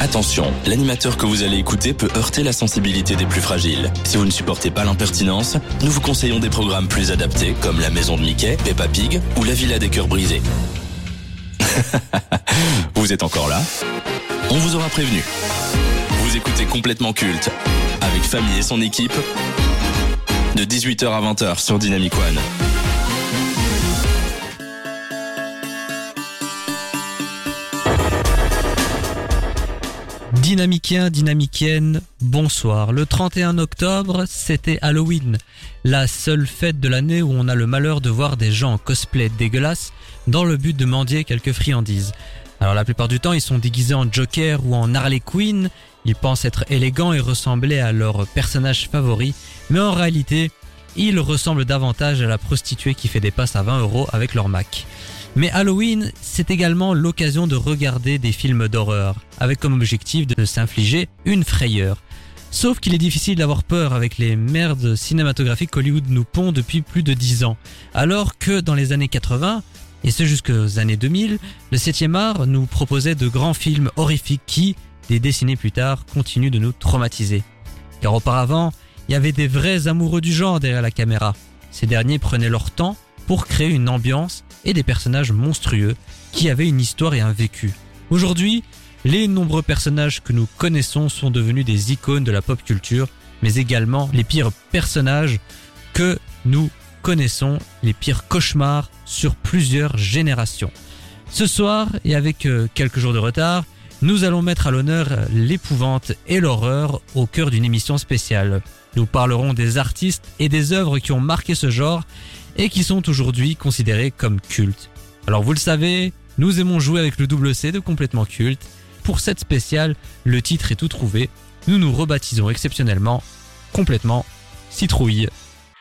Attention, l'animateur que vous allez écouter peut heurter la sensibilité des plus fragiles. Si vous ne supportez pas l'impertinence, nous vous conseillons des programmes plus adaptés comme La Maison de Mickey, Peppa Pig ou La Villa des Cœurs Brisés. Vous êtes encore là ? On vous aura prévenu. Vous écoutez Complètement Culte avec Famille et son équipe de 18h à 20h sur Dynamic One. Dynamiciens, dynamiciennes, bonsoir. Le 31 octobre, c'était Halloween, la seule fête de l'année où on a le malheur de voir des gens en cosplay dégueulasse dans le but de mendier quelques friandises. Alors la plupart du temps, ils sont déguisés en Joker ou en Harley Quinn, ils pensent être élégants et ressembler à leur personnage favori, mais en réalité, ils ressemblent davantage à la prostituée qui fait des passes à 20 € avec leur Mac. Mais Halloween, c'est également l'occasion de regarder des films d'horreur, avec comme objectif de s'infliger une frayeur. Sauf qu'il est difficile d'avoir peur avec les merdes cinématographiques qu'Hollywood nous pond depuis plus de 10 ans. Alors que dans les années 80, et ce jusqu'aux années 2000, le 7e art nous proposait de grands films horrifiques qui, des décennies plus tard, continuent de nous traumatiser. Car auparavant, il y avait des vrais amoureux du genre derrière la caméra. Ces derniers prenaient leur temps pour créer une ambiance et des personnages monstrueux qui avaient une histoire et un vécu. Aujourd'hui, les nombreux personnages que nous connaissons sont devenus des icônes de la pop culture, mais également les pires personnages que nous connaissons, les pires cauchemars sur plusieurs générations. Ce soir, et avec quelques jours de retard, nous allons mettre à l'honneur l'épouvante et l'horreur au cœur d'une émission spéciale. Nous parlerons des artistes et des œuvres qui ont marqué ce genre et qui sont aujourd'hui considérés comme cultes. Alors vous le savez, nous aimons jouer avec le double C de Complètement Culte. Pour cette spéciale, le titre est tout trouvé. Nous nous rebaptisons exceptionnellement Complètement Citrouille.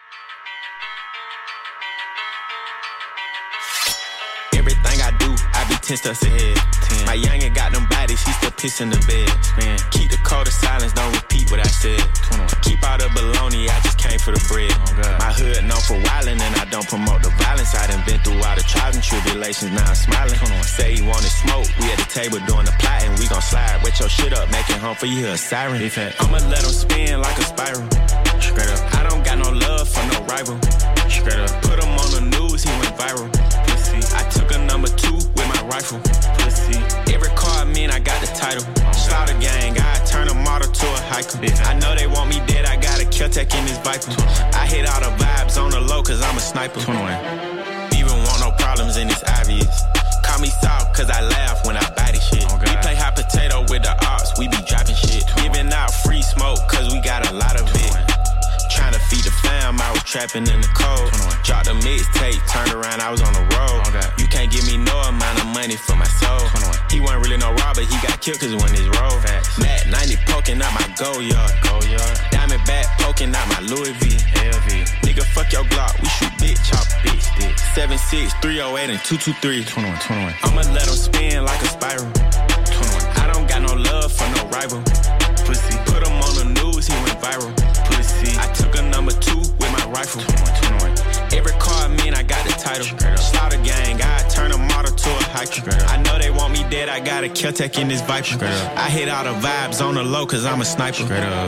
Everything I do, I be 10 steps ahead. My youngin' got them bodies, he still piss in the bed. Keep the code of silence, don't repeat what I said. Keep all the baloney, I just came for the bread. My hood known for wildin' and I don't promote the violence. I done been through all the trials and tribulations, now I'm smiling. Say he wanted smoke, we at the table doing the plotting. We gon' slide, wet your shit up, make it home for you, hear a siren. I'ma let him spin like a spiral. Straight up, I don't got no love for no rival. Straight up, put him on the news, he went viral. Pussy, I took a number 2 with my rifle. Pussy, every car I mean I got the title. Slaughter gang, I turn a model to a hiker. I know they want me dead, I got a kill tech in this Viper. I hit all the vibes on the low cause I'm a sniper. Even want no problems and it's obvious. Call me soft cause I laugh when I buy this shit. We play hot potato with the ops, we be dropping shit. Giving out free smoke cause we got a lot of it. Trying to feed the fam, I was trapping in the cold. Dropped a mixtape, turned around, I was on the road. You can't give me no amount of money for my soul. He wasn't really no robber, he got killed cause he won his role. Matt 90 poking out my go yard. Diamond back poking out my Louis V. LV. Nigga, fuck your Glock, we shoot big chop, big stick. 7'6", 308 and 223. 21. I'ma let him spin like a spiral. 21. I don't got no love for no rival. Pussy, put him on the news, he went viral. Pussy, I took a number 2 with my rifle. 21. Every car I mean I got the title. Slaughter gang, I turn a model to a hiker. I know they want me dead, I got a kill tech in this Viper. I hit all the vibes on the low cause I'm a sniper.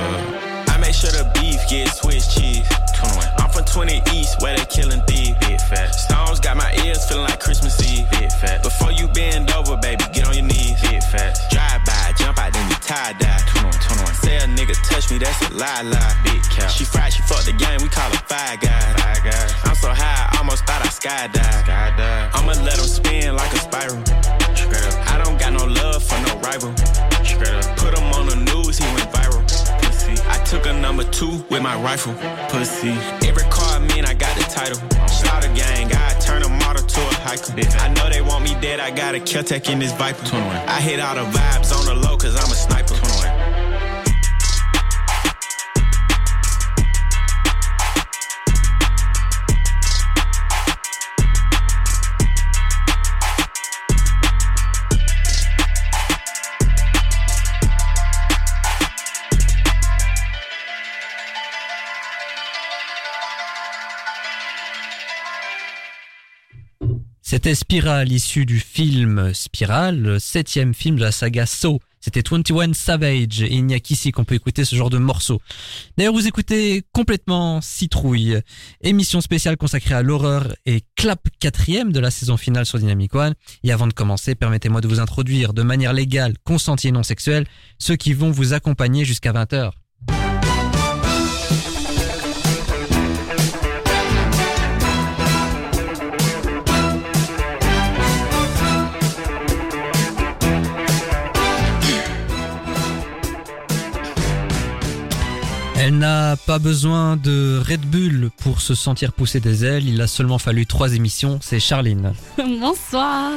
I make sure the beef get Swiss cheese. 21. I'm from 20 East where they killing thieves. Big fat. Stones got my ears feeling like Christmas Eve. Big fat. Before you bend over, baby, get on your knees. Big fat. Drive by, jump out, then you tie-dye. 21. Say a nigga touch me, that's a lie. Big cap. She fried, she fucked the game, we call her Five Guys. I'm so high, I almost thought I skydive. I'ma let him spin like a spiral. Straight up. I don't got no love for no rival. Straight up. Put him on the news, he went viral. Pussy. I took a number 2 with my rifle. Pussy. Every car I mean I got the title. Slaughter gang, I turn a model to a hiker. I know they want me dead, I got a kill tech in this Viper. 21. I hit all the vibes on the low cause I'm a sniper. 21. C'était Spiral, issu du film Spiral, le 7e film de la saga Saw, C'était 21 Savage et il n'y a qu'ici qu'on peut écouter ce genre de morceaux. D'ailleurs, vous écoutez Complètement Citrouille, émission spéciale consacrée à l'horreur et clap 4e de la saison finale sur Dynamic One. Et avant de commencer, permettez-moi de vous introduire de manière légale, consentie et non sexuelle, ceux qui vont vous accompagner jusqu'à 20h. Elle n'a pas besoin de Red Bull pour se sentir pousser des ailes, il a seulement fallu 3 émissions, c'est Charline. Bonsoir.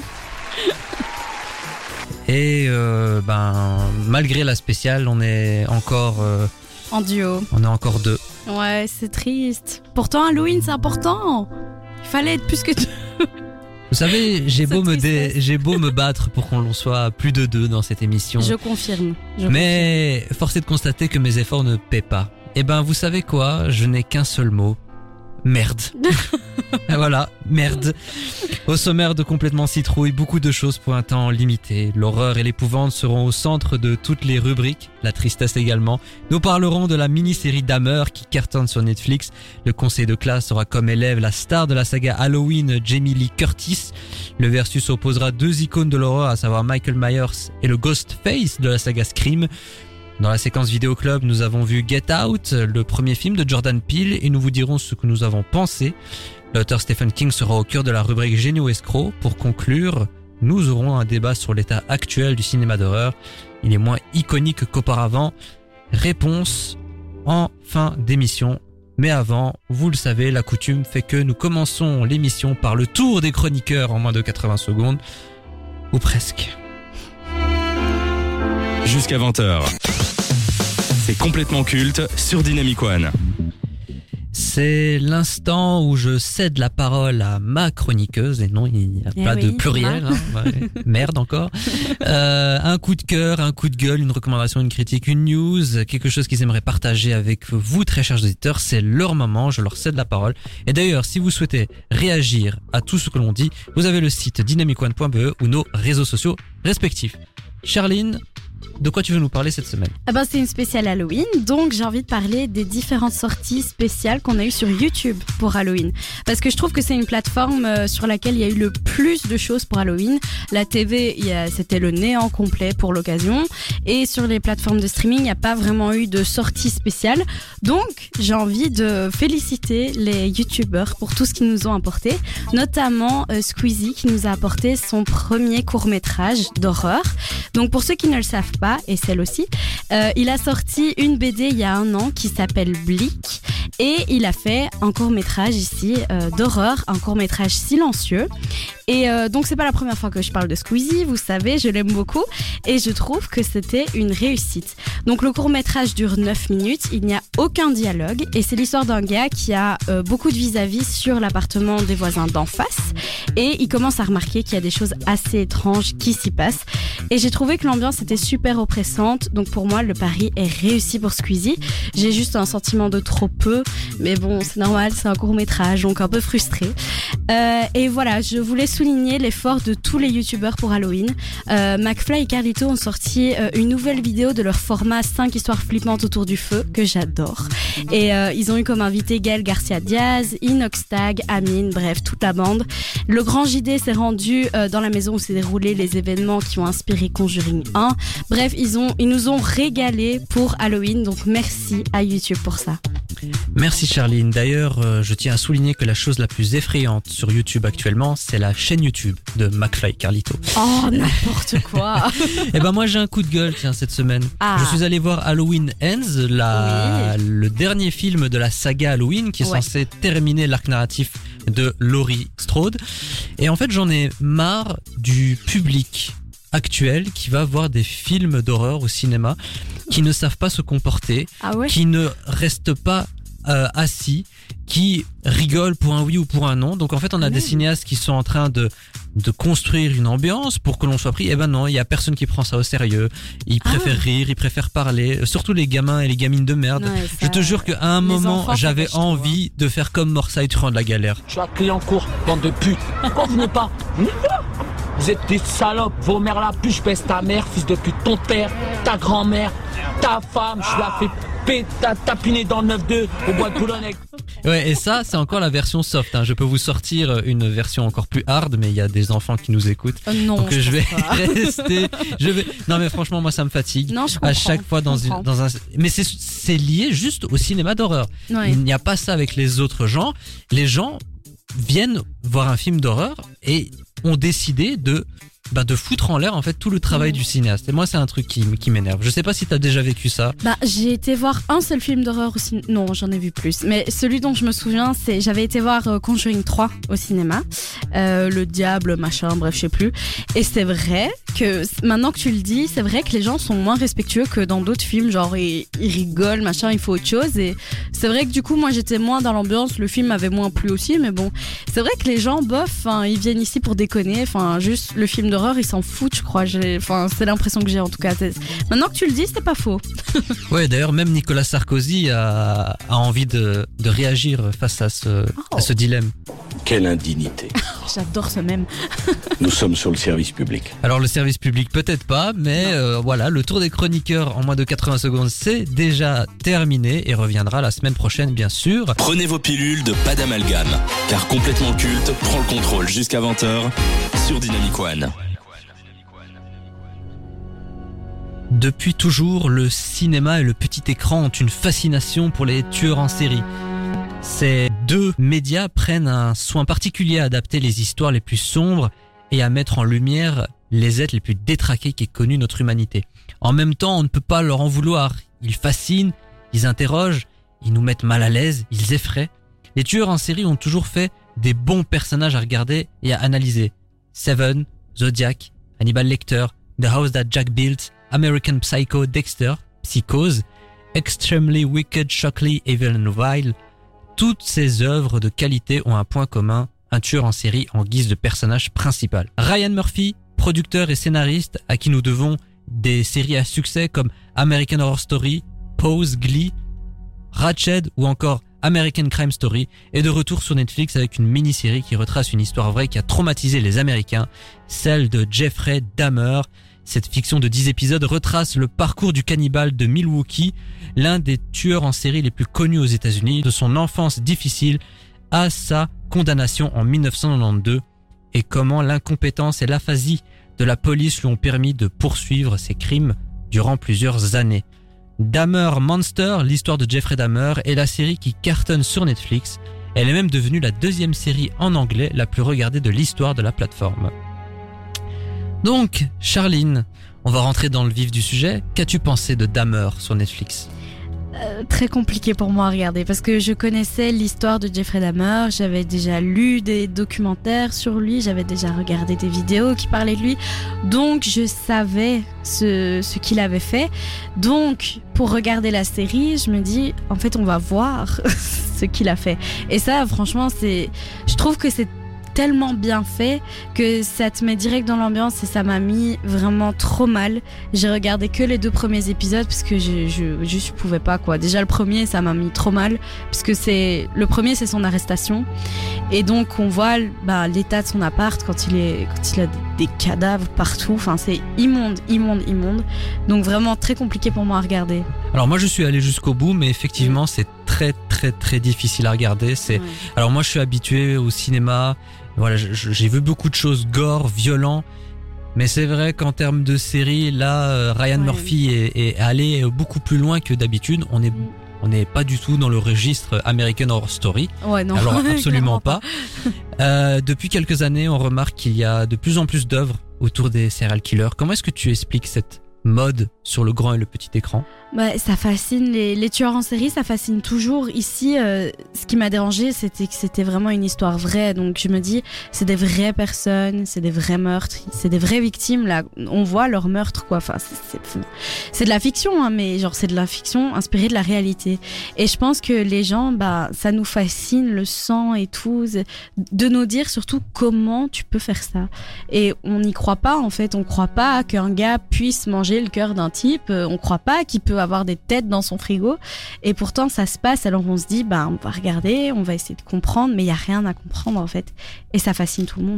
Et malgré la spéciale, on est encore... en duo. On est encore 2. Ouais, c'est triste. Pourtant, Halloween, c'est important. Il fallait être plus que 2. Vous savez, j'ai beau me battre pour qu'on soit plus de 2 dans cette émission. Je confirme. Mais force est de constater que mes efforts ne paient pas. Eh ben, vous savez quoi ? Je n'ai qu'un seul mot. Merde. Voilà, merde. Au sommaire de Complètement Citrouille, beaucoup de choses pour un temps limité. L'horreur et l'épouvante seront au centre de toutes les rubriques, la tristesse également. Nous parlerons de la mini-série Dahmer qui cartonne sur Netflix. Le conseil de classe aura comme élève la star de la saga Halloween, Jamie Lee Curtis. Le versus opposera 2 icônes de l'horreur, à savoir Michael Myers et le Ghostface de la saga Scream. Dans la séquence Vidéo Club, nous avons vu Get Out, le premier film de Jordan Peele, et nous vous dirons ce que nous avons pensé. L'auteur Stephen King sera au cœur de la rubrique Génie ou escroc. Pour conclure, nous aurons un débat sur l'état actuel du cinéma d'horreur. Il est moins iconique qu'auparavant. Réponse en fin d'émission. Mais avant, vous le savez, la coutume fait que nous commençons l'émission par le tour des chroniqueurs en moins de 80 secondes. Ou presque. Jusqu'à 20h. C'est Complètement Culte sur Dynamic One. C'est l'instant où je cède la parole à ma chroniqueuse, et non, il n'y a pas de pluriel, hein, ouais. Merde encore. Un coup de cœur, un coup de gueule, une recommandation, une critique, une news, quelque chose qu'ils aimeraient partager avec vous, très chers auditeurs, c'est leur moment, je leur cède la parole. Et d'ailleurs, si vous souhaitez réagir à tout ce que l'on dit, vous avez le site dynamicone.be ou nos réseaux sociaux respectifs. Charline, de quoi tu veux nous parler cette semaine ? C'est une spéciale Halloween, donc j'ai envie de parler des différentes sorties spéciales qu'on a eues sur YouTube pour Halloween. Parce que je trouve que c'est une plateforme sur laquelle il y a eu le plus de choses pour Halloween. La TV, c'était le néant complet pour l'occasion. Et sur les plateformes de streaming, il n'y a pas vraiment eu de sortie spéciale. Donc, j'ai envie de féliciter les YouTubeurs pour tout ce qu'ils nous ont apporté. Notamment Squeezie qui nous a apporté son premier court-métrage d'horreur. Donc, pour ceux qui ne le savent pas, et celle aussi, il a sorti une BD il y a 1 an qui s'appelle Blick et il a fait un court-métrage ici d'horreur, un court-métrage silencieux. Et donc c'est pas la première fois que je parle de Squeezie, vous savez, je l'aime beaucoup et je trouve que c'était une réussite. Donc le court-métrage dure 9 minutes, il n'y a aucun dialogue et c'est l'histoire d'un gars qui a beaucoup de vis-à-vis sur l'appartement des voisins d'en face et il commence à remarquer qu'il y a des choses assez étranges qui s'y passent et j'ai trouvé que l'ambiance était super oppressante, donc pour moi le pari est réussi pour Squeezie. J'ai juste un sentiment de trop peu, mais bon c'est normal, c'est un court-métrage donc un peu frustré. Et voilà, je voulais souligner l'effort de tous les youtubeurs pour Halloween. McFly et Carlito ont sorti une nouvelle vidéo de leur format 5 histoires flippantes autour du feu que j'adore. Et ils ont eu comme invité Gaël Garcia Diaz, Inoxtag, Amine, bref toute la bande. Le grand JD s'est rendu dans la maison où s'est déroulé les événements qui ont inspiré Conjuring 1. Bref, ils nous ont régalé pour Halloween, donc merci à YouTube pour ça. Merci Charline. D'ailleurs, je tiens à souligner que la chose la plus effrayante sur YouTube actuellement, c'est la chaîne YouTube de McFly et Carlito. Oh, n'importe quoi. Et moi j'ai un coup de gueule cette semaine. Je suis allé voir Halloween Ends, le dernier film de la saga Halloween qui est censé terminer l'arc narratif de Laurie Strode. Et en fait, j'en ai marre du public actuel qui va voir des films d'horreur au cinéma qui ne savent pas se comporter, qui ne restent pas assis, qui rigolent pour un oui ou pour un non. Donc en fait on a des cinéastes qui sont en train de construire une ambiance pour que l'on soit pris. Non, il y a personne qui prend ça au sérieux. Ils préfèrent rire, ils préfèrent parler, surtout les gamins et les gamines de merde. Je te jure qu'à un moment j'avais envie de faire comme Morsay Truand de la galère. Je suis à Clignancourt, bande de putes. Pourquoi vous venez pas? Vous êtes des salopes, vos mères la pute, je baisse ta mère, fils de pute, ton père, ta grand-mère, ta femme, je la fais tapiner dans le 9-2 au bois de Boulogne. Ouais, et ça, c'est encore la version soft. Hein. Je peux vous sortir une version encore plus hard, mais il y a des enfants qui nous écoutent. Non, donc je vais rester. Non, mais franchement, moi, ça me fatigue. Non, je comprends. À chaque fois dans un. Mais c'est lié juste au cinéma d'horreur. Ouais. Il n'y a pas ça avec les autres genres. Les gens viennent voir un film d'horreur et ont décidé de foutre en l'air en fait tout le travail du cinéaste. Et moi, c'est un truc qui m'énerve. Je sais pas si t'as déjà vécu ça. J'ai été voir un seul film d'horreur au cinéma. Non, j'en ai vu plus. Mais celui dont je me souviens, j'avais été voir Conjuring 3 au cinéma. Le diable, machin, bref, je sais plus. Et c'est vrai que, maintenant que tu le dis, c'est vrai que les gens sont moins respectueux que dans d'autres films. Genre, ils rigolent, machin, il faut autre chose. Et c'est vrai que du coup, moi, j'étais moins dans l'ambiance. Le film m'avait moins plu aussi. Mais bon, c'est vrai que les gens, bof, ils viennent ici pour déconner. Enfin, juste le film d'horreur, ils s'en foutent, je crois. C'est l'impression que j'ai en tout cas. Maintenant que tu le dis, c'est pas faux. Ouais, d'ailleurs, même Nicolas Sarkozy a envie de réagir face à ce dilemme. Quelle indignité. J'adore ce même. Nous sommes sur le service public. Alors le service public peut-être pas, mais voilà, le tour des chroniqueurs en moins de 80 secondes, c'est déjà terminé et reviendra la semaine prochaine bien sûr. Prenez vos pilules de pas d'amalgame, car Complètement Culte prend le contrôle jusqu'à 20h sur Dynamic One. Depuis toujours, le cinéma et le petit écran ont une fascination pour les tueurs en série. Ces deux médias prennent un soin particulier à adapter les histoires les plus sombres et à mettre en lumière les êtres les plus détraqués qu'ait connu notre humanité. En même temps, on ne peut pas leur en vouloir. Ils fascinent, ils interrogent, ils nous mettent mal à l'aise, ils effraient. Les tueurs en série ont toujours fait des bons personnages à regarder et à analyser. Seven, Zodiac, Hannibal Lecter, The House That Jack Built, American Psycho, Dexter, Psychose, Extremely Wicked, Shockingly Evil and Vile. Toutes ces œuvres de qualité ont un point commun, un tueur en série en guise de personnage principal. Ryan Murphy, producteur et scénariste à qui nous devons des séries à succès comme American Horror Story, Pose, Glee, Ratched ou encore American Crime Story, est de retour sur Netflix avec une mini-série qui retrace une histoire vraie qui a traumatisé les Américains, celle de Jeffrey Dahmer. Cette fiction de 10 épisodes retrace le parcours du cannibale de Milwaukee, l'un des tueurs en série les plus connus aux États-Unis, de son enfance difficile à sa condamnation en 1992, et comment l'incompétence et l'aphasie de la police lui ont permis de poursuivre ses crimes durant plusieurs années. Dahmer Monster, l'histoire de Jeffrey Dahmer, est la série qui cartonne sur Netflix. Elle est même devenue la deuxième série en anglais la plus regardée de l'histoire de la plateforme. Donc, Charline, on va rentrer dans le vif du sujet. Qu'as-tu pensé de Dahmer sur Netflix ? Très compliqué pour moi à regarder parce que je connaissais l'histoire de Jeffrey Dahmer, j'avais déjà lu des documentaires sur lui, j'avais déjà regardé des vidéos qui parlaient de lui, donc je savais ce qu'il avait fait. Donc pour regarder la série, je me dis en fait on va voir ce qu'il a fait. Et ça franchement je trouve que c'est tellement bien fait que ça te met direct dans l'ambiance et ça m'a mis vraiment trop mal. J'ai regardé que les 2 premiers épisodes parce que je pouvais pas quoi. Déjà le premier ça m'a mis trop mal parce que le premier c'est son arrestation et donc on voit l'état de son appart quand il a des cadavres partout. Enfin c'est immonde. Donc vraiment très compliqué pour moi à regarder. Alors moi je suis allé jusqu'au bout mais effectivement c'est très très très difficile à regarder. Alors moi je suis habitué au cinéma. Voilà, j'ai vu beaucoup de choses gore, violent, mais c'est vrai qu'en termes de série, là, Ryan Murphy est allé beaucoup plus loin que d'habitude. On n'est pas du tout dans le registre American Horror Story. Ouais, non. Alors absolument pas. Depuis quelques années, on remarque qu'il y a de plus en plus d'œuvres autour des serial killers. Comment est-ce que tu expliques cette mode sur le grand et le petit écran? Ça fascine les tueurs en série, ça fascine toujours. Ici, ce qui m'a dérangé, c'était que c'était vraiment une histoire vraie. Donc je me dis, c'est des vraies personnes, c'est des vrais meurtres, c'est des vraies victimes. Là, on voit leur meurtre, quoi. Enfin, c'est de la fiction, hein, mais genre c'est de la fiction inspirée de la réalité. Et je pense que les gens, ça nous fascine le sang et tout, de nous dire surtout comment tu peux faire ça. Et on n'y croit pas en fait. On croit pas qu'un gars puisse manger le cœur d'un type. On croit pas qu'il peut avoir des têtes dans son frigo et pourtant ça se passe. Alors on se dit on va regarder, on va essayer de comprendre, mais il y a rien à comprendre en fait et ça fascine tout le monde.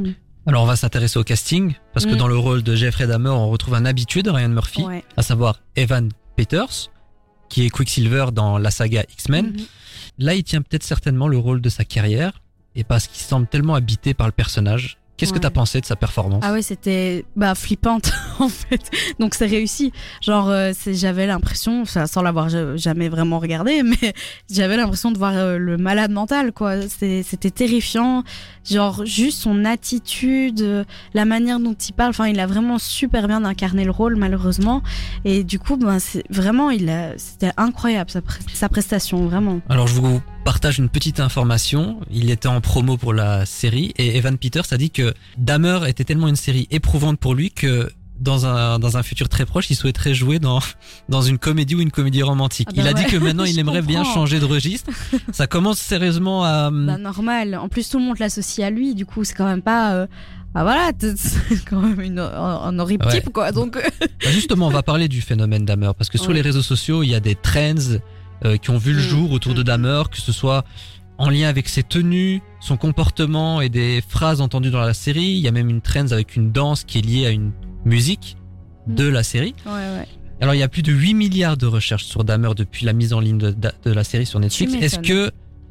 Alors on va s'intéresser au casting, parce que dans le rôle de Jeffrey Dahmer, on retrouve un habitué de Ryan Murphy, à savoir Evan Peters, qui est Quicksilver dans la saga X-Men. Là, il tient peut-être certainement le rôle de sa carrière, et parce qu'il semble tellement habité par le personnage. Qu'est-ce que t'as pensé de sa performance? Ah ouais, c'était flippante en fait. Donc c'est réussi. Genre j'avais l'impression, sans l'avoir jamais vraiment regardé, mais j'avais l'impression de voir le malade mental quoi. C'était terrifiant. Genre juste son attitude, la manière dont il parle. Enfin, il a vraiment super bien incarné le rôle malheureusement. Et du coup, c'est vraiment c'était incroyable sa prestation vraiment. Alors je vous partage une petite information. Il était en promo pour la série et Evan Peters a dit que Dahmer était tellement une série éprouvante pour lui que dans un futur très proche, il souhaiterait jouer dans une comédie ou une comédie romantique. Il a dit que maintenant il aimerait bien changer de registre. Ça commence sérieusement à... normal. En plus, tout le monde l'associe à lui. Du coup, c'est quand même pas... voilà, c'est quand même un horrible type quoi. Donc justement, on va parler du phénomène Dahmer parce que sur les réseaux sociaux, il y a des trends qui ont vu le jour autour de Dahmer, que ce soit en lien avec ses tenues, son comportement et des phrases entendues dans la série. Il y a même une trend avec une danse qui est liée à une musique de la série. Alors il y a plus de 8 milliards de recherches sur Dahmer depuis la mise en ligne de la série sur Netflix. Est-ce que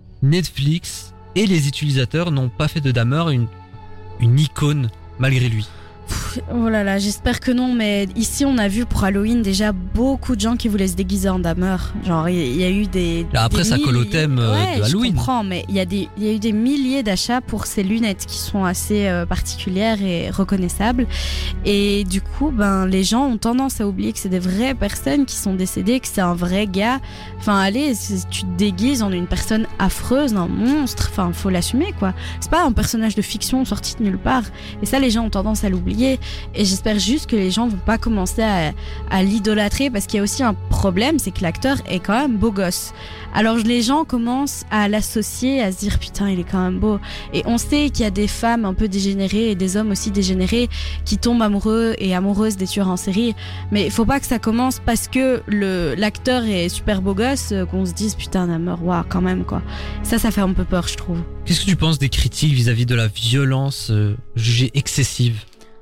Netflix et les utilisateurs n'ont pas fait de Dahmer une icône malgré lui? Oh là là, j'espère que non, mais ici on a vu pour Halloween déjà beaucoup de gens qui voulaient se déguiser en Dahmer. Genre il y a eu des... Là, après ça colle au thème de Halloween. Je comprends, mais il y a eu des milliers d'achats pour ces lunettes qui sont assez particulières et reconnaissables. Et du coup, les gens ont tendance à oublier que c'est des vraies personnes qui sont décédées, que c'est un vrai gars. Enfin allez, tu te déguises en une personne affreuse, un monstre, enfin faut l'assumer quoi. C'est pas un personnage de fiction sorti de nulle part. Et ça les gens ont tendance à l'oublier. Et j'espère juste que les gens vont pas commencer à l'idolâtrer parce qu'il y a aussi un problème, c'est que l'acteur est quand même beau gosse. Alors les gens commencent à l'associer, à se dire putain il est quand même beau. Et on sait qu'il y a des femmes un peu dégénérées et des hommes aussi dégénérés qui tombent amoureux et amoureuses des tueurs en série. Mais il faut pas que ça commence parce que l'acteur est super beau gosse qu'on se dise putain Dahmer, waouh quand même quoi. Ça fait un peu peur je trouve. Qu'est-ce que tu penses des critiques vis-à-vis de la violence jugée excessive?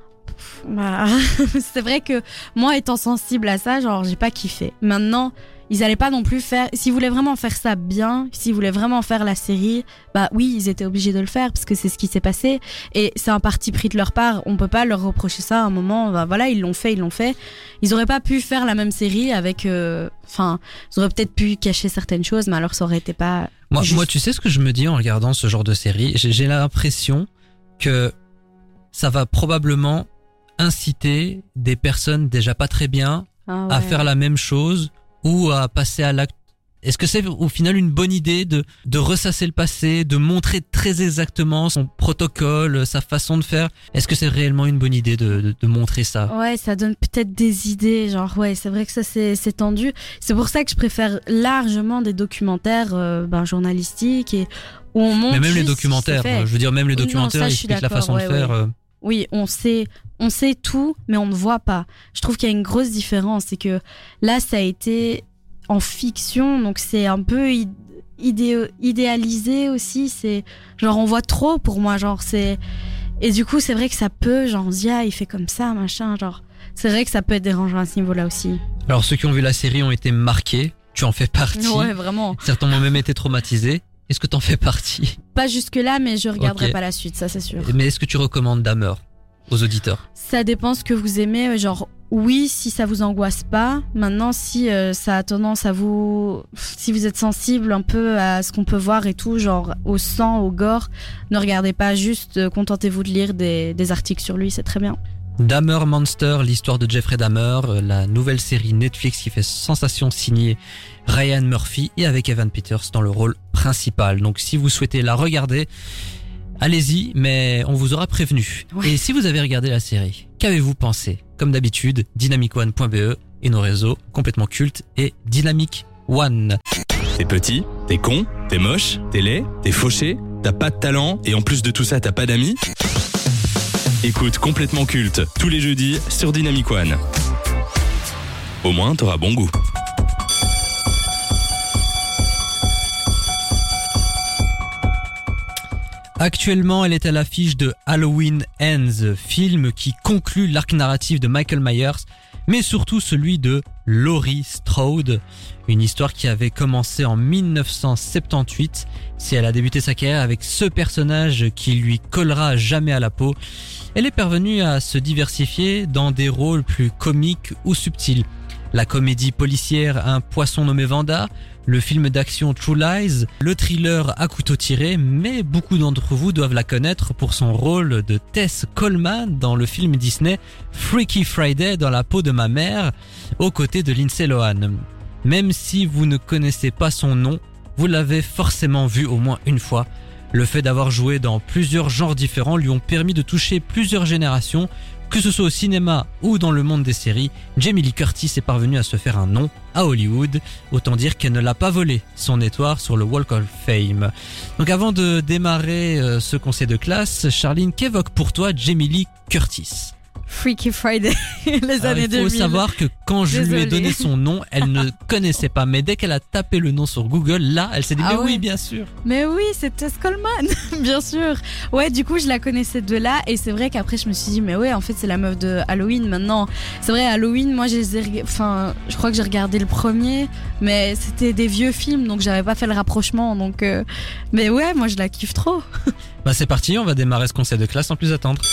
C'est vrai que moi étant sensible à ça, genre j'ai pas kiffé. Maintenant, ils allaient pas non plus faire, s'ils voulaient vraiment faire ça bien, s'ils voulaient vraiment faire la série, oui, ils étaient obligés de le faire parce que c'est ce qui s'est passé et c'est un parti pris de leur part, on peut pas leur reprocher ça à un moment, voilà, ils l'ont fait. Ils auraient pas pu faire la même série avec ils auraient peut-être pu cacher certaines choses, mais alors ça aurait été pas moi tu sais ce que je me dis en regardant ce genre de série, j'ai l'impression que ça va probablement inciter des personnes déjà pas très bien à faire la même chose ou à passer à l'acte. Est-ce que c'est au final une bonne idée de ressasser le passé, de montrer très exactement son protocole, sa façon de faire? Est-ce que c'est réellement une bonne idée de montrer ça? Ouais, ça donne peut-être des idées, genre c'est vrai que ça c'est tendu. C'est pour ça que je préfère largement des documentaires journalistiques et où on montre. Mais même les documentaires, je veux dire même les documentaires, ils expliquent la façon de faire. Oui, on sait tout, mais on ne voit pas. Je trouve qu'il y a une grosse différence, c'est que là, ça a été en fiction, donc c'est un peu idéalisé aussi. C'est genre on voit trop pour moi, genre c'est. Et du coup, c'est vrai que ça peut, genre Zia, il fait comme ça, machin, genre. C'est vrai que ça peut être dérangeant à ce niveau-là aussi. Alors ceux qui ont vu la série ont été marqués. Tu en fais partie. Ouais, vraiment. Certains ont même été traumatisés. Est-ce que t'en fais partie? Pas jusque-là, mais je regarderai pas la suite, ça c'est sûr. Mais est-ce que tu recommandes Dahmer aux auditeurs? Ça dépend ce que vous aimez, genre oui si ça vous angoisse pas. Maintenant si ça a tendance à si vous êtes sensible un peu à ce qu'on peut voir et tout, genre au sang, au gore, ne regardez pas, juste contentez-vous de lire des articles sur lui, c'est très bien. Dahmer Monster, l'histoire de Jeffrey Dahmer, la nouvelle série Netflix qui fait sensation signée Ryan Murphy et avec Evan Peters dans le rôle principal. Donc si vous souhaitez la regarder, allez-y, mais on vous aura prévenu. Ouais. Et si vous avez regardé la série, qu'avez-vous pensé? Comme d'habitude, dynamicone.be et nos réseaux complètement cultes et Dynamic One. T'es petit, t'es con, t'es moche, t'es laid, t'es fauché, t'as pas de talent et en plus de tout ça t'as pas d'amis? Écoute Complètement Culte tous les jeudis sur Dynamic One. Au moins t'auras bon goût. Actuellement, elle est à l'affiche de Halloween Ends, film qui conclut l'arc narratif de Michael Myers, mais surtout celui de Laurie Strode, une histoire qui avait commencé en 1978. Si elle a débuté sa carrière avec ce personnage qui lui collera jamais à la peau, elle est parvenue à se diversifier dans des rôles plus comiques ou subtils. La comédie policière Un poisson nommé Vanda, le film d'action True Lies, le thriller À couteau tiré, mais beaucoup d'entre vous doivent la connaître pour son rôle de Tess Coleman dans le film Disney Freaky Friday dans la peau de ma mère, aux côtés de Lindsay Lohan. Même si vous ne connaissez pas son nom, vous l'avez forcément vu au moins une fois. Le fait d'avoir joué dans plusieurs genres différents lui ont permis de toucher plusieurs générations. Que ce soit au cinéma ou dans le monde des séries, Jamie Lee Curtis est parvenue à se faire un nom à Hollywood. Autant dire qu'elle ne l'a pas volé, son étoile sur le Walk of Fame. Donc avant de démarrer ce conseil de classe, Charline, qu'évoque pour toi Jamie Lee Curtis ? Freaky Friday, les années 2000. Il faut savoir que quand je lui ai donné son nom, elle ne connaissait pas. Mais dès qu'elle a tapé le nom sur Google, là, elle s'est dit mais oui, bien sûr. Mais oui, c'est Tess Coleman, bien sûr. Ouais, du coup, je la connaissais de là. Et c'est vrai qu'après, je me suis dit, mais ouais, en fait, c'est la meuf de Halloween maintenant. C'est vrai, Halloween, moi, je crois que j'ai regardé le premier, mais c'était des vieux films, donc j'avais pas fait le rapprochement. Donc, mais ouais, moi, je la kiffe trop. Bah, c'est parti, on va démarrer ce conseil de classe sans plus attendre.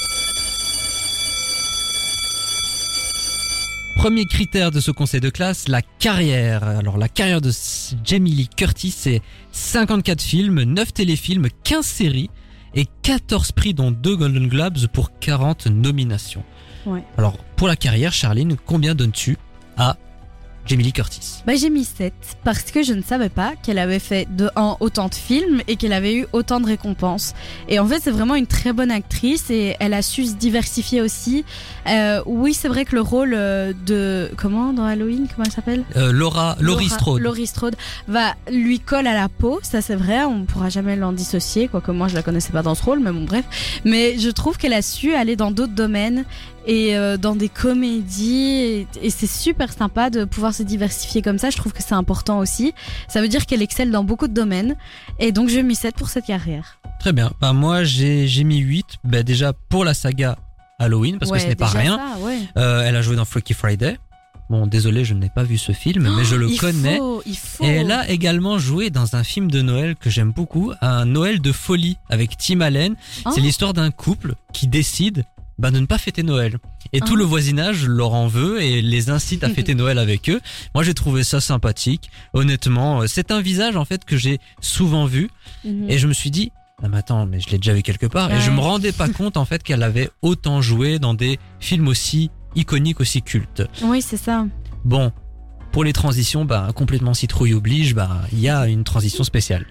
Premier critère de ce conseil de classe, la carrière. Alors la carrière de Jamie Lee Curtis, c'est 54 films, 9 téléfilms, 15 séries et 14 prix dont 2 Golden Globes pour 40 nominations. Ouais. Alors pour la carrière, Charline, combien donnes-tu à Jamie Lee Curtis? Bah, j'ai mis 7 parce que je ne savais pas qu'elle avait fait autant de films et qu'elle avait eu autant de récompenses. Et en fait, c'est vraiment une très bonne actrice et elle a su se diversifier aussi. Oui, c'est vrai que le rôle dans Halloween, comment elle s'appelle? Laurie Strode. Laurie Strode lui colle à la peau, ça c'est vrai, on ne pourra jamais l'en dissocier, quoique moi je la connaissais pas dans ce rôle, mais bon bref. Mais je trouve qu'elle a su aller dans d'autres domaines et dans des comédies et c'est super sympa de pouvoir se diversifier comme ça. Je trouve que c'est important aussi, ça veut dire qu'elle excelle dans beaucoup de domaines et donc je mis 7 pour cette carrière. Très bien, bah moi j'ai mis 8, bah déjà pour la saga Halloween parce que ce n'est pas rien. Ça, ouais. Elle a joué dans Freaky Friday. Bon, désolé, je n'ai pas vu ce film, mais je le connais. Il faut. Et elle a également joué dans un film de Noël que j'aime beaucoup, un Noël de folie avec Tim Allen. C'est l'histoire d'un couple qui décide de ne pas fêter Noël. Et tout le voisinage leur en veut et les incite à fêter Noël avec eux. Moi, j'ai trouvé ça sympathique. Honnêtement, c'est un visage en fait que j'ai souvent vu et je me suis dit ah mais attends, mais je l'ai déjà vu quelque part et je me rendais pas compte en fait qu'elle avait autant joué dans des films aussi iconiques, aussi cultes. Oui, c'est ça. Bon, pour les transitions, complètement citrouille oblige, il y a une transition spéciale.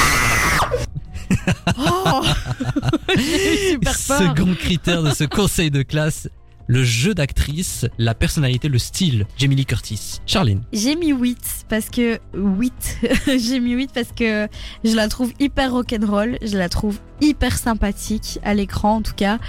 Oh super fort. Second critère de ce conseil de classe, le jeu d'actrice, la personnalité, le style. Jamie Lee Curtis. Charline. J'ai mis 8 parce que j'ai mis 8 parce que je la trouve hyper rock'n'roll, je la trouve hyper sympathique à l'écran en tout cas.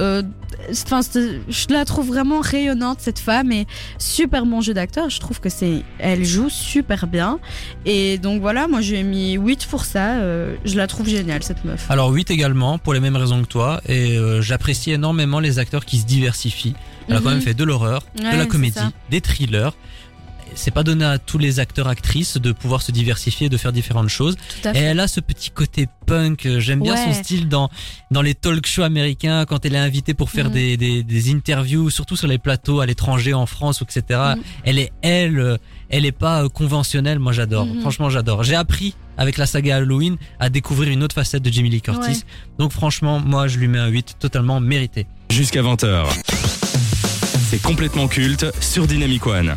Je la trouve vraiment rayonnante cette femme et super bon jeu d'acteur. Je trouve que elle joue super bien et donc voilà, moi j'ai mis 8 pour ça. Je la trouve géniale cette meuf. Alors 8 également pour les mêmes raisons que toi et j'apprécie énormément les acteurs qui se diversifient. Elle a quand même fait de l'horreur, de la comédie, des thrillers. C'est pas donné à tous les acteurs actrices de pouvoir se diversifier, de faire différentes choses. Et elle a ce petit côté punk. J'aime bien son style dans les talk shows américains quand elle est invitée pour faire des interviews, surtout sur les plateaux à l'étranger, en France, etc. Elle est pas conventionnelle. Moi, j'adore. Franchement, j'adore. J'ai appris avec la saga Halloween à découvrir une autre facette de Jamie Lee Curtis. Donc franchement, moi, je lui mets un 8 totalement mérité. Jusqu'à 20h. C'est complètement culte sur Dynamic One.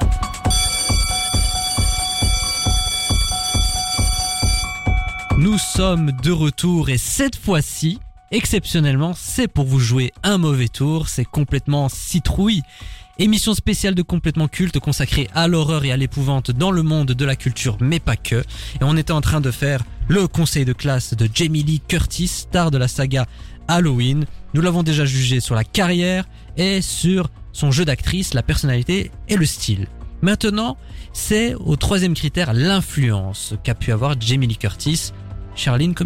Nous sommes de retour et cette fois-ci, exceptionnellement, c'est pour vous jouer un mauvais tour, c'est complètement citrouille. Émission spéciale de complètement culte consacrée à l'horreur et à l'épouvante dans le monde de la culture, mais pas que. Et on était en train de faire le conseil de classe de Jamie Lee Curtis, star de la saga Halloween. Nous l'avons déjà jugé sur la carrière et sur son jeu d'actrice, la personnalité et le style. Maintenant, c'est au troisième critère, l'influence qu'a pu avoir Jamie Lee Curtis. Charline, combien donnes-tu ?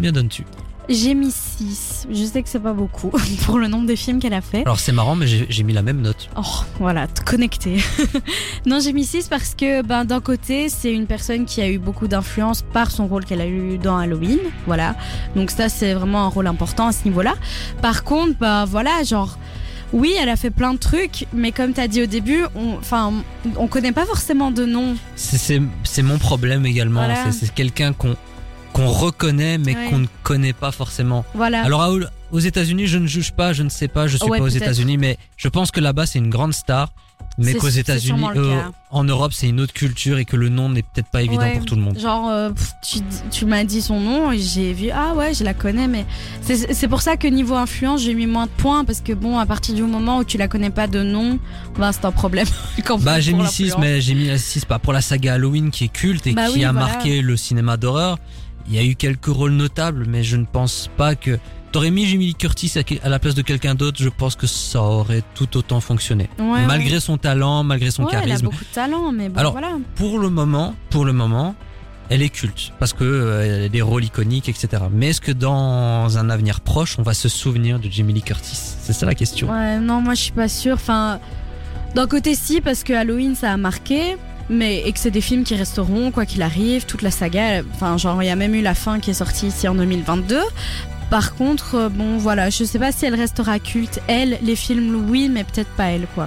J'ai mis 6. Je sais que c'est pas beaucoup pour le nombre de films qu'elle a fait. Alors c'est marrant, mais j'ai mis la même note. Oh, voilà, connecté. Non, j'ai mis 6 parce que d'un côté, c'est une personne qui a eu beaucoup d'influence par son rôle qu'elle a eu dans Halloween. Voilà. Donc ça, c'est vraiment un rôle important à ce niveau-là. Par contre, voilà, genre... Oui, elle a fait plein de trucs, mais comme t'as dit au début, on connaît pas forcément de nom. C'est mon problème également. Voilà. C'est quelqu'un qu'on reconnaît, mais Ouais. qu'on ne connaît pas forcément. Voilà. Alors aux États-Unis, je ne juge pas, je ne sais pas, je suis Ouais, pas aux peut-être. États-Unis, mais je pense que là-bas c'est une grande star, mais C'est- qu'aux c'est États-Unis, sûrement le cas. en Europe, c'est une autre culture et que le nom n'est peut-être pas évident Ouais, pour tout le monde. Genre, tu m'as dit son nom et j'ai vu, ah ouais, je la connais, mais c'est pour ça que niveau influence, j'ai mis moins de points parce que bon, à partir du moment où tu la connais pas de nom, c'est un problème. Quand Bah j'ai pour mis 6, l'influence. mais j'ai mis 6 pas pour la saga Halloween qui est culte et Bah qui oui, a voilà. marqué le cinéma d'horreur. Il y a eu quelques rôles notables, mais je ne pense pas que... T'aurais mis Jamie Lee Curtis à la place de quelqu'un d'autre, je pense que ça aurait tout autant fonctionné. Ouais, Malgré son talent, malgré son ouais, elle a charisme. beaucoup de talent, mais bon, Alors, voilà. Pour le moment, elle est culte parce que elle a des rôles iconiques, etc. Mais est-ce que dans un avenir proche, on va se souvenir de Jamie Lee Curtis? C'est ça la question. Ouais, non, moi je suis pas sûre. Enfin, d'un côté si, parce que Halloween ça a marqué, mais et que c'est des films qui resteront quoi qu'il arrive, toute la saga. Enfin, genre il y a même eu la fin qui est sortie ici en 2022. Par contre, bon voilà, je sais pas si elle restera culte. Elle, les films, oui, mais peut-être pas elle, quoi.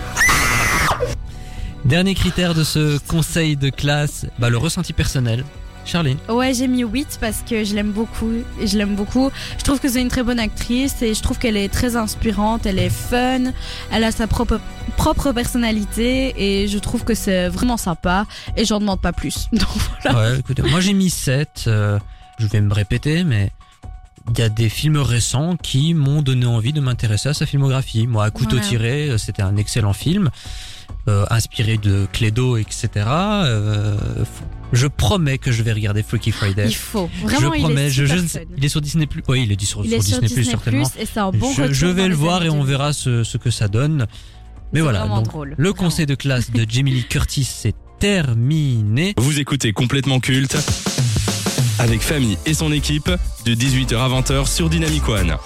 Dernier critère de ce conseil de classe, le ressenti personnel. Charline. Ouais, j'ai mis 8 parce que je l'aime beaucoup. Je trouve que c'est une très bonne actrice et je trouve qu'elle est très inspirante, elle est fun, elle a sa propre personnalité et je trouve que c'est vraiment sympa et j'en demande pas plus. Donc voilà. Ouais, écoutez, moi j'ai mis 7. Je vais me répéter, mais il y a des films récents qui m'ont donné envie de m'intéresser à sa filmographie. Moi, à couteau Voilà. tiré, c'était un excellent film, inspiré de Clédo, etc. Je promets que je vais regarder Freaky Friday. Il faut. Vraiment, je promets, il est super ne fun. sais- il est sur Disney+. Oui, il est sur Il est sur Disney+, certainement. et c'est un bon retour Je vais dans le les voir et années on 2000. verra ce que ça donne. Mais C'est voilà, vraiment donc drôle, le vraiment. conseil de classe de Jamie Lee Curtis, c'est terminé. Vous écoutez Complètement Culte avec Famille et son équipe de 18h à 20h sur Dynamic One.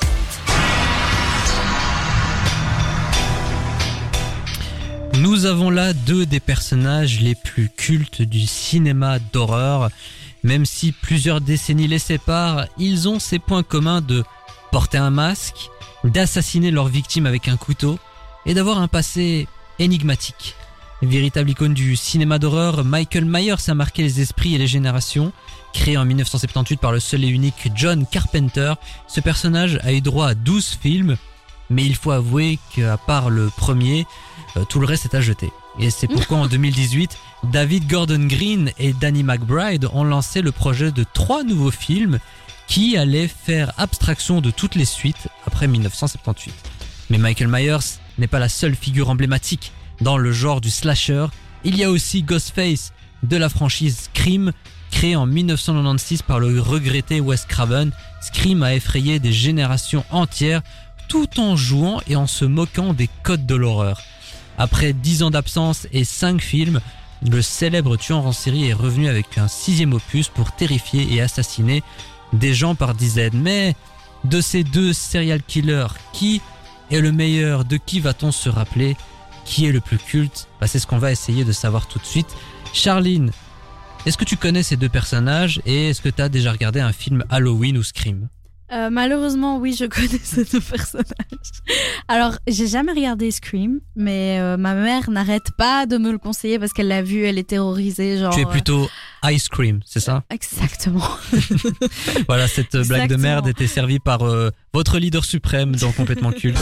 Nous avons là deux des personnages les plus cultes du cinéma d'horreur. Même si plusieurs décennies les séparent, ils ont ces points communs de porter un masque, d'assassiner leurs victimes avec un couteau et d'avoir un passé énigmatique. Véritable icône du cinéma d'horreur, Michael Myers a marqué les esprits et les générations. Créé en 1978 par le seul et unique John Carpenter, ce personnage a eu droit à 12 films, mais il faut avouer qu'à part le premier, tout le reste est à jeter. Et c'est pourquoi en 2018, David Gordon Green et Danny McBride ont lancé le projet de 3 nouveaux films qui allaient faire abstraction de toutes les suites après 1978. Mais Michael Myers n'est pas la seule figure emblématique dans le genre du slasher. Il y a aussi Ghostface de la franchise Scream, créé en 1996 par le regretté Wes Craven. Scream a effrayé des générations entières tout en jouant et en se moquant des codes de l'horreur. Après 10 ans d'absence et 5 films, le célèbre tueur en série est revenu avec un 6e opus pour terrifier et assassiner des gens par dizaines. Mais de ces deux serial killers, qui est le meilleur? De qui va-t-on se rappeler? Qui est le plus culte? C'est ce qu'on va essayer de savoir tout de suite. Charline, est-ce que tu connais ces deux personnages et est-ce que tu as déjà regardé un film Halloween ou Scream? Malheureusement, oui, je connais ces deux personnages. Alors, j'ai jamais regardé Scream, mais ma mère n'arrête pas de me le conseiller parce qu'elle l'a vu, elle est terrorisée. Genre, Tu es plutôt Ice Cream, c'est ça? Exactement. Voilà, cette blague de Exactement. merde était servie par votre leader suprême dans Complètement Culte.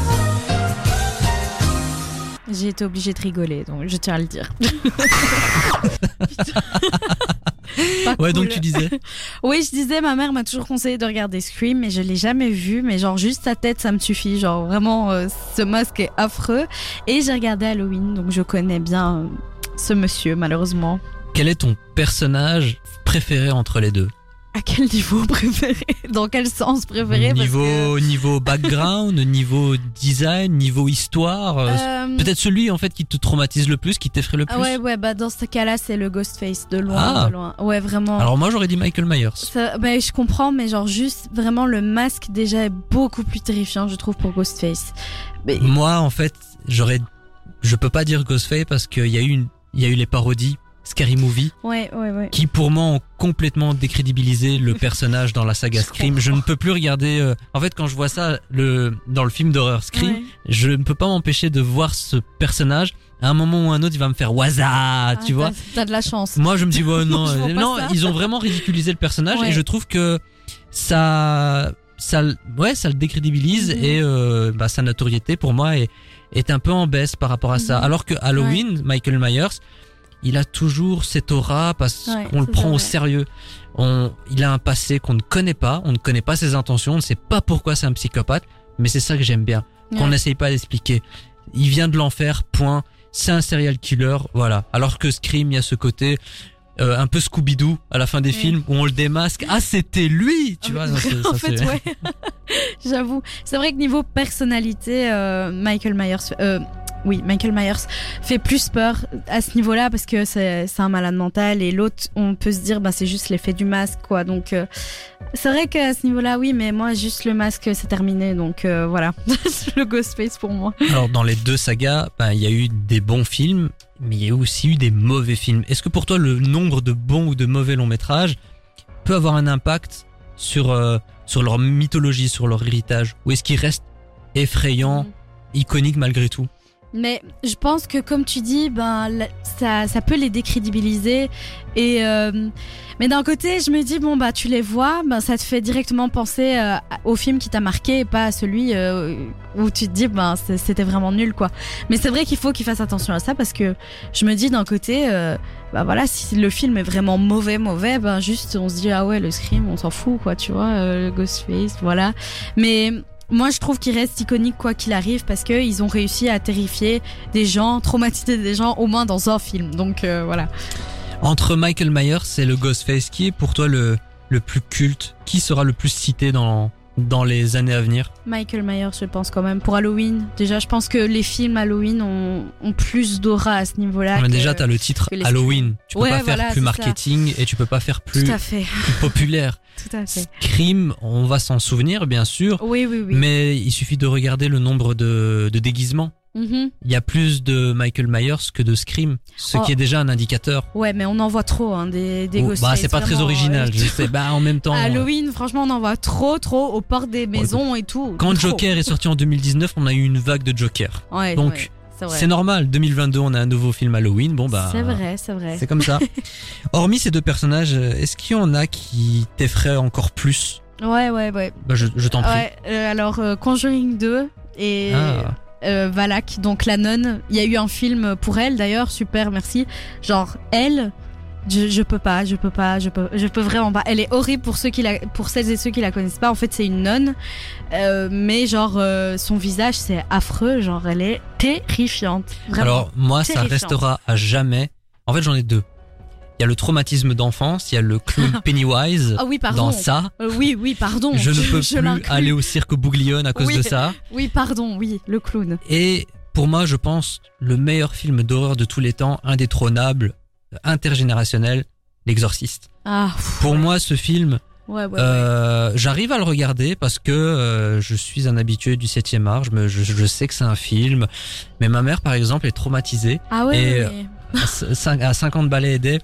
J'ai été obligée de rigoler, donc je tiens à le dire. Pas Ouais, cool. donc tu disais. Oui, je disais, ma mère m'a toujours conseillé de regarder Scream, mais je l'ai jamais vu. Mais genre, juste sa tête, ça me suffit. Genre, vraiment, ce masque est affreux. Et j'ai regardé Halloween, donc je connais bien ce monsieur, malheureusement. Quel est ton personnage préféré entre les deux? À quel niveau préféré? Dans quel sens préféré? Niveau background, niveau design, niveau histoire. Peut-être celui en fait qui te traumatise le plus, qui t'effraie le plus. Ouais, bah dans ce cas-là, c'est le Ghostface de loin, de loin. Ouais, vraiment. Alors moi j'aurais dit Michael Myers. Bah, je comprends, mais genre juste vraiment le masque déjà est beaucoup plus terrifiant, je trouve, pour Ghostface. Mais... Moi en fait, je peux pas dire Ghostface parce qu'il y a eu les parodies. Scary Movie, qui pour moi ont complètement décrédibilisé le personnage dans la saga Scream. Je ne peux plus regarder. En fait, quand je vois ça dans le film d'horreur Scream, je ne peux pas m'empêcher de voir ce personnage. À un moment ou un autre, il va me faire waza, tu vois. T'as de la chance. Moi, je me dis non, ils ont vraiment ridiculisé le personnage et je trouve que ça le décrédibilise et sa notoriété pour moi est un peu en baisse par rapport à ça. Alors que Halloween, Michael Myers, il a toujours cette aura parce qu'on le prend au sérieux. Il a un passé qu'on ne connaît pas, on ne connaît pas ses intentions, on ne sait pas pourquoi c'est un psychopathe, mais c'est ça que j'aime bien, qu'on n'essaye pas d'expliquer. Il vient de l'enfer, point. C'est un serial killer, voilà. Alors que Scream, il y a ce côté un peu Scooby-Doo à la fin des films où on le démasque. Ah, c'était lui, tu vois. En fait, j'avoue. C'est vrai que niveau personnalité, Michael Myers fait plus peur à ce niveau-là parce que c'est un malade mental et l'autre, on peut se dire c'est juste l'effet du masque, quoi. Donc c'est vrai qu'à ce niveau-là, oui, mais moi juste le masque c'est terminé, donc voilà. Le Ghostface pour moi. Alors dans les deux sagas, il y a eu des bons films, mais il y a aussi eu des mauvais films. Est-ce que pour toi le nombre de bons ou de mauvais longs métrages peut avoir un impact sur leur mythologie, sur leur héritage, ou est-ce qu'ils restent effrayants, iconiques malgré tout? Mais je pense que comme tu dis, ça peut les décrédibiliser et mais d'un côté je me dis tu les vois, ça te fait directement penser au film qui t'a marqué et pas à celui où tu te dis c'était vraiment nul, quoi. Mais c'est vrai qu'il faut qu'ils fassent attention à ça parce que je me dis d'un côté si le film est vraiment mauvais, juste on se dit le Scream on s'en fout, quoi, tu vois, le Ghostface, voilà. Mais moi, je trouve qu'il reste iconique quoi qu'il arrive parce que ils ont réussi à terrifier des gens, traumatiser des gens au moins dans un film. Donc voilà. Entre Michael Myers et le Ghostface, qui est pour toi le plus culte? Qui sera le plus cité dans les années à venir? Michael Myers, je pense quand même. Pour Halloween, déjà, je pense que les films Halloween ont plus d'aura à ce niveau-là. Mais déjà, t'as le titre Halloween. Tu peux pas faire plus marketing ça. Et tu peux pas faire plus populaire. Tout à fait. Scream, on va s'en souvenir, bien sûr. Oui. Mais il suffit de regarder le nombre de déguisements. Il y a plus de Michael Myers que de Scream, ce qui est déjà un indicateur. Ouais, mais on en voit trop des Ghostface. C'est pas très original, je sais. En même temps. Halloween, franchement, on en voit trop aux portes des maisons et tout. Quand Joker est sorti en 2019, on a eu une vague de Joker. Ouais, donc c'est normal. 2022, on a un nouveau film Halloween. C'est vrai. C'est comme ça. Hormis ces deux personnages, est-ce qu'il y en a qui t'effraient encore plus? Ouais. Je t'en prie. Alors Conjuring 2 et Valak, donc la nonne. Il y a eu un film pour elle d'ailleurs, super, merci. Genre elle, je peux vraiment pas. Elle est horrible pour celles et ceux qui la connaissent pas. En fait, c'est une nonne, mais genre son visage c'est affreux. Genre elle est terrifiante. Vraiment. Alors moi, ça restera à jamais. En fait, j'en ai deux. Il y a le traumatisme d'enfance, il y a le clown Pennywise dans ça. Oui, pardon. Je ne peux plus aller au cirque Bouglione à cause de ça. Oui, pardon, le clown. Et pour moi, je pense, le meilleur film d'horreur de tous les temps, indétrônable, intergénérationnel, L'Exorciste. Pour moi, ce film, j'arrive à le regarder parce que je suis un habitué du 7e art, je sais que c'est un film, mais ma mère, par exemple, est traumatisée. À 50 balais aidés,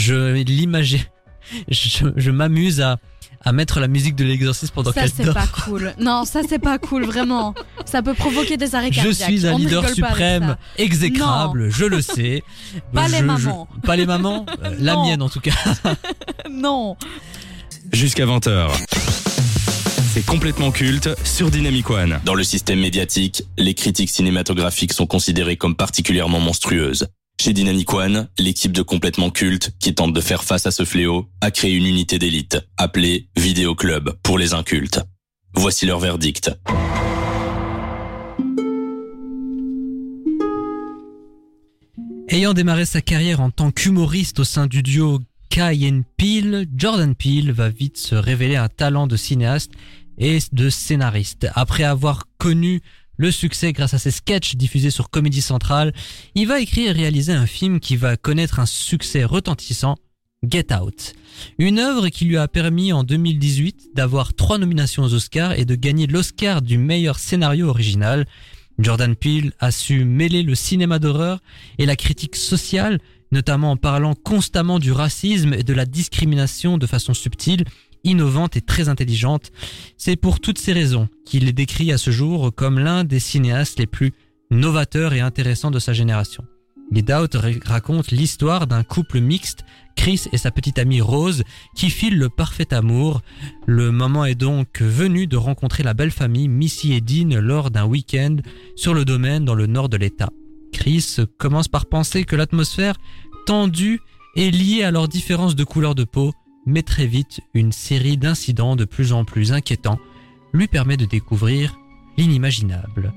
je m'amuse à mettre la musique de L'Exorciste pendant qu'elle dort. Ça, c'est pas cool. Non, ça, c'est pas cool, vraiment. Ça peut provoquer des arrêts cardiaques. Je suis un leader suprême, exécrable, je le sais. Pas les mamans. Pas les mamans? La mienne, en tout cas. Non. Jusqu'à 20h. C'est complètement culte sur Dynamic One. Dans le système médiatique, les critiques cinématographiques sont considérées comme particulièrement monstrueuses. Chez Dynamic One, l'équipe de Complètement Culte, qui tente de faire face à ce fléau, a créé une unité d'élite, appelée Vidéo Club pour les incultes. Voici leur verdict. Ayant démarré sa carrière en tant qu'humoriste au sein du duo Key & Peele, Jordan Peele va vite se révéler un talent de cinéaste et de scénariste. Après avoir connu le succès grâce à ses sketchs diffusés sur Comedy Central, il va écrire et réaliser un film qui va connaître un succès retentissant, Get Out. Une œuvre qui lui a permis en 2018 d'avoir 3 nominations aux Oscars et de gagner l'Oscar du meilleur scénario original. Jordan Peele a su mêler le cinéma d'horreur et la critique sociale, notamment en parlant constamment du racisme et de la discrimination de façon subtile, innovante et très intelligente. C'est pour toutes ces raisons qu'il est décrit à ce jour comme l'un des cinéastes les plus novateurs et intéressants de sa génération. Get Out raconte l'histoire d'un couple mixte, Chris et sa petite amie Rose, qui filent le parfait amour. Le moment est donc venu de rencontrer la belle famille Missy et Dean lors d'un week-end sur le domaine dans le nord de l'État. Chris commence par penser que l'atmosphère tendue est liée à leur différence de couleur de peau, mais très vite, une série d'incidents de plus en plus inquiétants lui permet de découvrir l'inimaginable.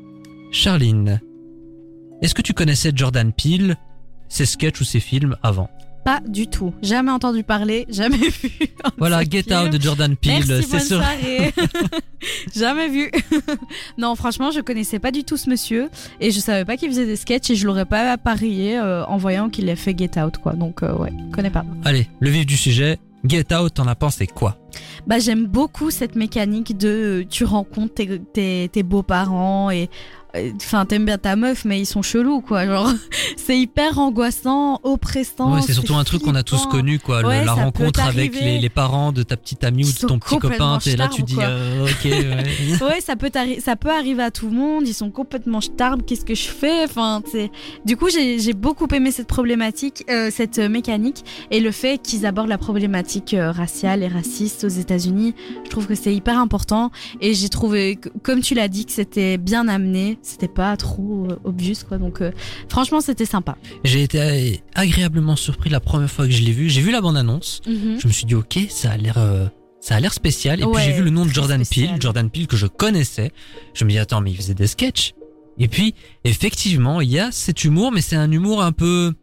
Charline, est-ce que tu connaissais Jordan Peele, ses sketchs ou ses films avant? Pas du tout. Jamais entendu parler, jamais vu. Voilà, Get Out de Jordan Peele. Merci, c'est bonne sûr. soirée. Jamais vu. Non, franchement, je connaissais pas du tout ce monsieur et je savais pas qu'il faisait des sketchs et je l'aurais pas parié en voyant qu'il ait fait Get Out, quoi. Donc, ouais, connais pas. Allez, le vif du sujet. Get Out, t'en as pensé quoi? Bah, j'aime beaucoup cette mécanique de tu rencontres tes beaux-parents et enfin t'aimes bien ta meuf mais ils sont chelous, quoi, genre c'est hyper angoissant, oppressant. Ouais, c'est surtout un truc qu'on a tous flippant. connu, quoi, Ouais, la ça rencontre peut avec t'arriver. les parents de ta petite amie ou Ils de sont ton petit copain, complètement t'es là, tu starves, dis quoi. ok, ouais. Ouais, ça peut arriver à tout le monde, ils sont complètement starbes, qu'est-ce que je fais, enfin, du coup j'ai beaucoup aimé cette problématique, cette mécanique et le fait qu'ils abordent la problématique raciale et raciste aux États-Unis. Je trouve que c'est hyper important et j'ai trouvé, comme tu l'as dit, que c'était bien amené, c'était pas trop obvious, quoi, donc franchement c'était sympa. J'ai été agréablement surpris la première fois que je l'ai vu. J'ai vu la bande-annonce, je me suis dit ok, ça a l'air spécial. Et puis Ouais, j'ai vu le nom de très Jordan spécial. Peele, Jordan Peele que je connaissais. Je me dis attends, mais il faisait des sketchs. Et puis effectivement, il y a cet humour, mais c'est un humour un peu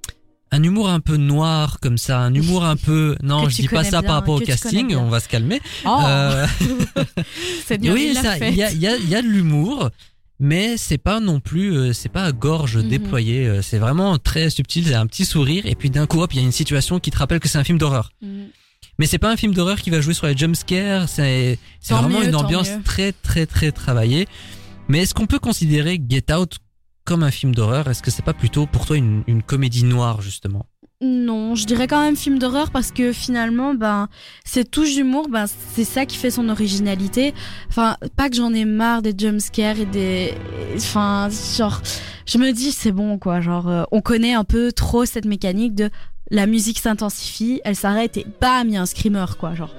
noir comme ça, un humour un peu. Non, Que je tu dis pas connais ça bien, par rapport au que tu connais casting. bien. On va se calmer. Oh, c'est bien, Oui, il l'a ça, fait. il y a de l'humour, mais c'est pas non plus, c'est pas à gorge déployée. C'est vraiment très subtil. C'est un petit sourire et puis d'un coup, hop, il y a une situation qui te rappelle que c'est un film d'horreur. Mais c'est pas un film d'horreur qui va jouer sur les jumpscares. C'est Tant vraiment mieux, une tant ambiance mieux. très très très travaillée. Mais est-ce qu'on peut considérer Get Out comme un film d'horreur? Est-ce que c'est pas plutôt pour toi une comédie noire justement? Non, je dirais quand même film d'horreur parce que finalement, ben, cette touche d'humour, ben, c'est ça qui fait son originalité. Enfin, pas que j'en ai marre des jumpscares enfin, genre, je me dis c'est bon, quoi, genre, on connaît un peu trop cette mécanique de la musique s'intensifie, elle s'arrête et bam, il y a un screamer, quoi, genre.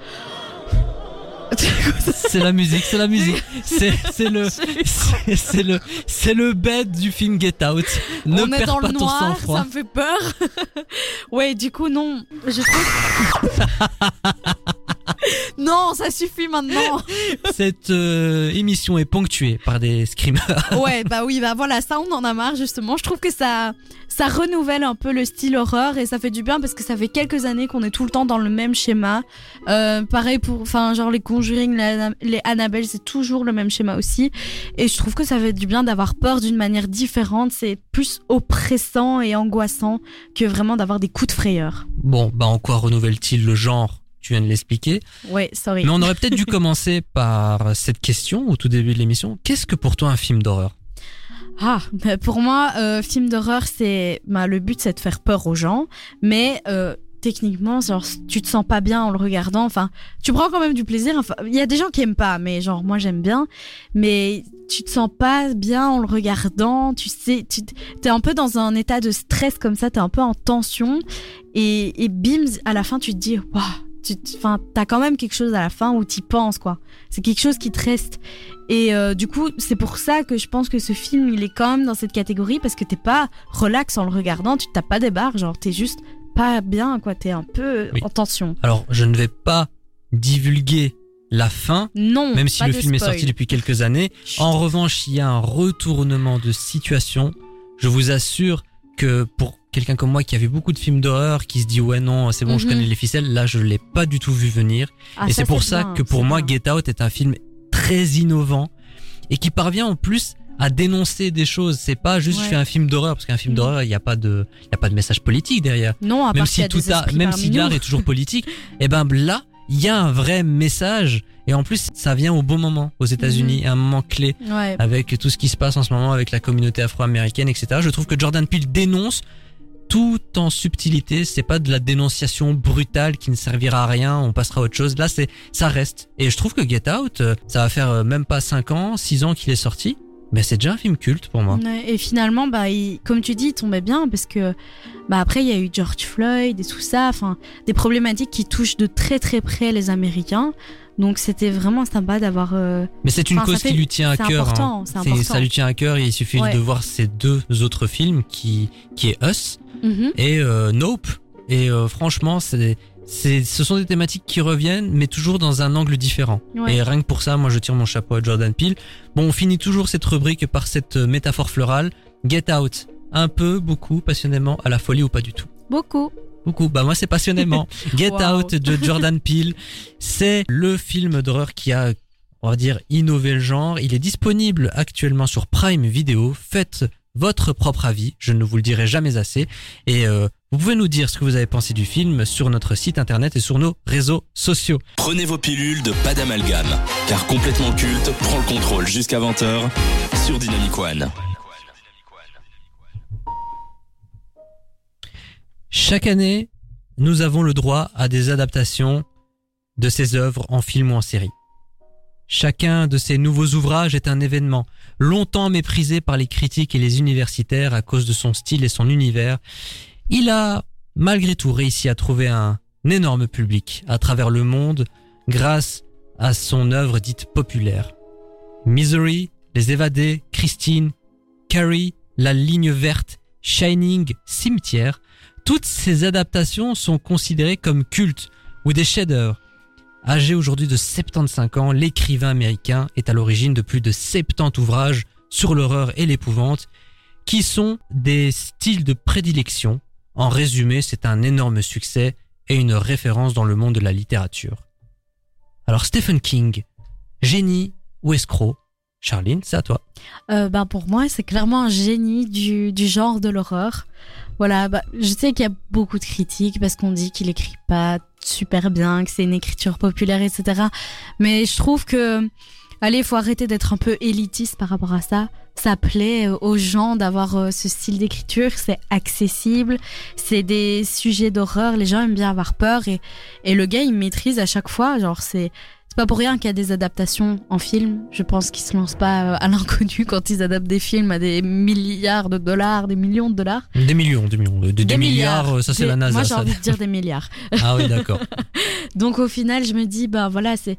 C'est la musique. C'est le bed du film Get Out. Ne On est perds dans pas le ton noir, sang-froid. ça me fait peur. Ouais, du coup, non. Je trouve... Non, ça suffit maintenant. Cette émission est ponctuée par des screamers. Ouais, bah oui, bah voilà, ça on en a marre justement. Je trouve que ça renouvelle un peu le style horreur et ça fait du bien parce que ça fait quelques années qu'on est tout le temps dans le même schéma. Pareil pour, enfin, genre les Conjuring, les Annabelle, c'est toujours le même schéma aussi. Et je trouve que ça fait du bien d'avoir peur d'une manière différente. C'est plus oppressant et angoissant que vraiment d'avoir des coups de frayeur. Bon, bah en quoi renouvelle-t-il le genre? Tu viens de l'expliquer. Ouais, sorry. Mais on aurait peut-être dû commencer par cette question au tout début de l'émission. Qu'est-ce que pour toi un film d'horreur? Ah, bah pour moi, film d'horreur, c'est, bah, le but c'est de faire peur aux gens, mais techniquement, genre, tu te sens pas bien en le regardant. Enfin, tu prends quand même du plaisir. Enfin, il y a des gens qui aiment pas, mais genre moi j'aime bien. Mais tu te sens pas bien en le regardant. Tu sais, t'es un peu dans un état de stress comme ça. T'es un peu en tension et bim, à la fin tu te dis waouh. Enfin, t'as quand même quelque chose à la fin où t'y penses, quoi. C'est quelque chose qui te reste. Et du coup, c'est pour ça que je pense que ce film, il est quand même dans cette catégorie parce que t'es pas relax en le regardant, tu tapes pas des barres, genre t'es juste pas bien, quoi. T'es un peu Oui. en tension. Alors, je ne vais pas divulguer la fin, Non, même si pas le de film est spoil. sorti depuis quelques années. Chut. En revanche, il y a un retournement de situation. Je vous assure que pour quelqu'un comme moi qui a vu beaucoup de films d'horreur, qui se dit ouais non c'est bon je connais les ficelles, là je l'ai pas du tout vu venir. Et c'est pour ça que pour moi Get Out est un film très innovant et qui parvient en plus à dénoncer des choses. C'est pas juste je fais un film d'horreur, parce qu'un film d'horreur il y a pas de message politique derrière. Non, à même part si même si l'art est toujours politique, et ben là il y a un vrai message, et en plus ça vient au bon moment aux États-Unis, un moment clé avec tout ce qui se passe en ce moment avec la communauté afro-américaine, etc. Je trouve que Jordan Peele dénonce tout en subtilité. C'est pas de la dénonciation brutale qui ne servira à rien, on passera à autre chose. Là ça reste, et je trouve que Get Out, ça va faire même pas 6 ans qu'il est sorti, mais c'est déjà un film culte pour moi. Et finalement, comme tu dis, il tombait bien parce que après il y a eu George Floyd et tout ça, enfin des problématiques qui touchent de très très près les Américains. Donc c'était vraiment sympa d'avoir. Mais c'est une cause qui lui tient à cœur. C'est important. Ça lui tient à cœur. Et il suffit de voir ces 2 autres films qui est Us et Nope. Et franchement, ce sont des thématiques qui reviennent, mais toujours dans un angle différent. Et rien que pour ça, moi je tire mon chapeau à Jordan Peele. Bon, on finit toujours cette rubrique par cette métaphore florale. Get Out, un peu, beaucoup, passionnément, à la folie ou pas du tout? Beaucoup. Moi c'est passionnément. Get Out de Jordan Peele, c'est le film d'horreur qui a, on va dire, innové le genre. Il est disponible actuellement sur Prime Video. Faites votre propre avis, je ne vous le dirai jamais assez. Et vous pouvez nous dire ce que vous avez pensé du film sur notre site internet et sur nos réseaux sociaux. Prenez vos pilules de pas d'amalgame, car Complètement Culte prend le contrôle jusqu'à 20h sur Dynamic One. Chaque année, nous avons le droit à des adaptations de ces œuvres en film ou en série. Chacun de ces nouveaux ouvrages est un événement, longtemps méprisé par les critiques et les universitaires à cause de son style et son univers. Il a, malgré tout, réussi à trouver un énorme public à travers le monde grâce à son œuvre dite populaire. Misery, Les Évadés, Christine, Carrie, La Ligne Verte, Shining, Cimetière, toutes ces adaptations sont considérées comme cultes ou des chefs-d'œuvre. Âgé aujourd'hui de 75 ans, l'écrivain américain est à l'origine de plus de 70 ouvrages sur l'horreur et l'épouvante, qui sont des styles de prédilection. En résumé, c'est un énorme succès et une référence dans le monde de la littérature. Alors Stephen King, génie ou escroc? Charline, c'est à toi. Pour moi, c'est clairement un génie du genre de l'horreur. Voilà, je sais qu'il y a beaucoup de critiques parce qu'on dit qu'il écrit pas super bien, que c'est une écriture populaire, etc. Mais je trouve que, allez, faut arrêter d'être un peu élitiste par rapport à ça. Ça plaît aux gens d'avoir ce style d'écriture, c'est accessible, c'est des sujets d'horreur, les gens aiment bien avoir peur et le gars il maîtrise à chaque fois, genre c'est pas pour rien qu'il y a des adaptations en film. Je pense qu'ils se lancent pas à l'inconnu quand ils adaptent des films à des milliards de dollars, des millions de dollars. Des millions. Des milliards, ça c'est la NASA. Moi j'ai envie de dire des milliards. Ah oui, d'accord. Donc au final, je me dis, voilà, c'est.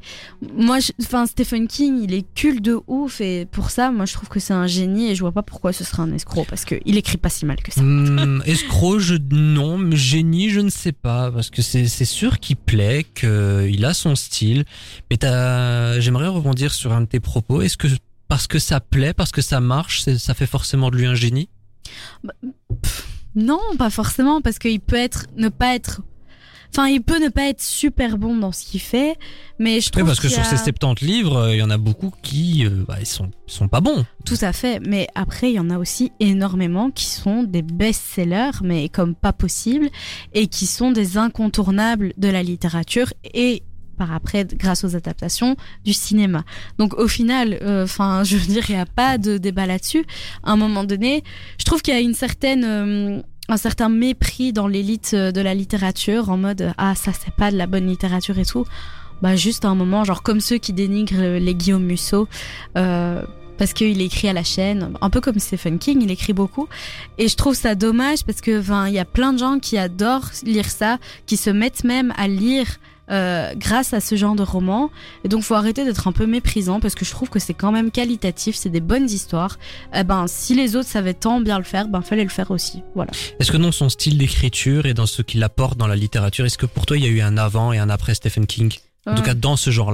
Stephen King, il est culte de ouf et pour ça, moi je trouve que c'est un génie et je vois pas pourquoi ce serait un escroc parce qu'il écrit pas si mal que ça. Escroc, non, mais génie, je ne sais pas parce que c'est sûr qu'il plaît, qu'il a son style. Mais j'aimerais rebondir sur un de tes propos. Est-ce que parce que ça plaît, parce que ça marche, ça fait forcément de lui un génie? Non, pas forcément, parce qu'il peut ne pas être super bon dans ce qu'il fait, mais je trouve parce que sur ces 70 livres, il y en a beaucoup qui ils sont pas bons. Tout à fait, mais après il y en a aussi énormément qui sont des best-sellers, mais comme pas possible, et qui sont des incontournables de la littérature et par après grâce aux adaptations du cinéma. Donc au final, je veux dire, il n'y a pas de débat là-dessus. À un moment donné, je trouve qu'il y a un certain mépris dans l'élite de la littérature en mode ça c'est pas de la bonne littérature et tout. Juste à un moment, genre comme ceux qui dénigrent les Guillaume Musso parce qu'il écrit à la chaîne, un peu comme Stephen King, il écrit beaucoup et je trouve ça dommage parce que il y a plein de gens qui adorent lire ça, qui se mettent même à lire grâce à ce genre de roman, et donc faut arrêter d'être un peu méprisant parce que je trouve que c'est quand même qualitatif, c'est des bonnes histoires. Si les autres savaient tant bien le faire, fallait le faire aussi. Voilà. Est-ce que dans son style d'écriture et dans ce qu'il apporte dans la littérature, est-ce que pour toi il y a eu un avant et un après Stephen King, en tout cas dans ce genre-là?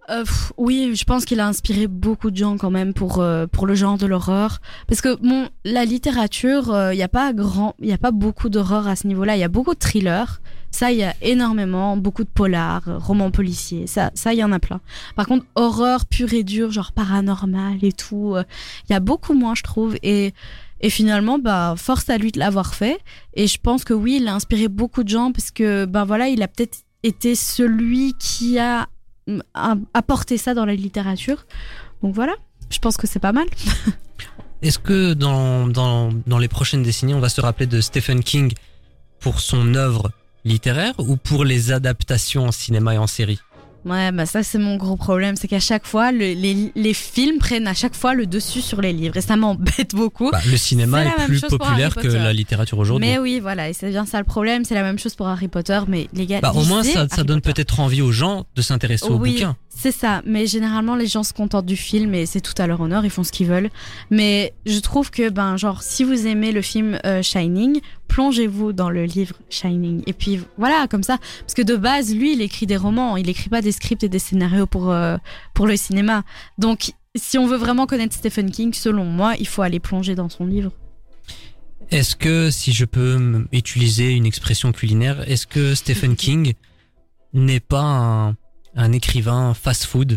Oui, je pense qu'il a inspiré beaucoup de gens quand même pour le genre de l'horreur. Parce que bon, la littérature, il y a pas beaucoup d'horreur à ce niveau-là. Il y a beaucoup de thrillers. Ça, il y a énormément, beaucoup de polars, romans policiers. Ça, il y en a plein. Par contre, horreur pure et dure, genre paranormal et tout, il y a beaucoup moins, je trouve. Et finalement, force à lui de l'avoir fait. Et je pense que oui, il a inspiré beaucoup de gens parce que, voilà, il a peut-être été celui qui a apporter ça dans la littérature. Donc voilà, je pense que c'est pas mal. Est-ce que dans les prochaines décennies, on va se rappeler de Stephen King pour son œuvre littéraire ou pour les adaptations en cinéma et en série ? Ouais, ça c'est mon gros problème, c'est qu'à chaque fois, les films prennent à chaque fois le dessus sur les livres et ça m'embête beaucoup. Le cinéma est plus populaire que la littérature aujourd'hui. Mais oui, voilà, et c'est bien ça le problème, c'est la même chose pour Harry Potter, mais les gars... au moins ça donne peut-être envie aux gens de s'intéresser au bouquin. C'est ça, mais généralement les gens se contentent du film et c'est tout à leur honneur, ils font ce qu'ils veulent. Mais je trouve que, si vous aimez le film Shining, plongez-vous dans le livre Shining. Et puis voilà, comme ça, parce que de base, lui, il écrit des romans, il écrit pas des scripts et des scénarios pour le cinéma. Donc, si on veut vraiment connaître Stephen King, selon moi, il faut aller plonger dans son livre. Est-ce que, si je peux utiliser une expression culinaire, est-ce que Stephen King n'est pas un écrivain fast-food?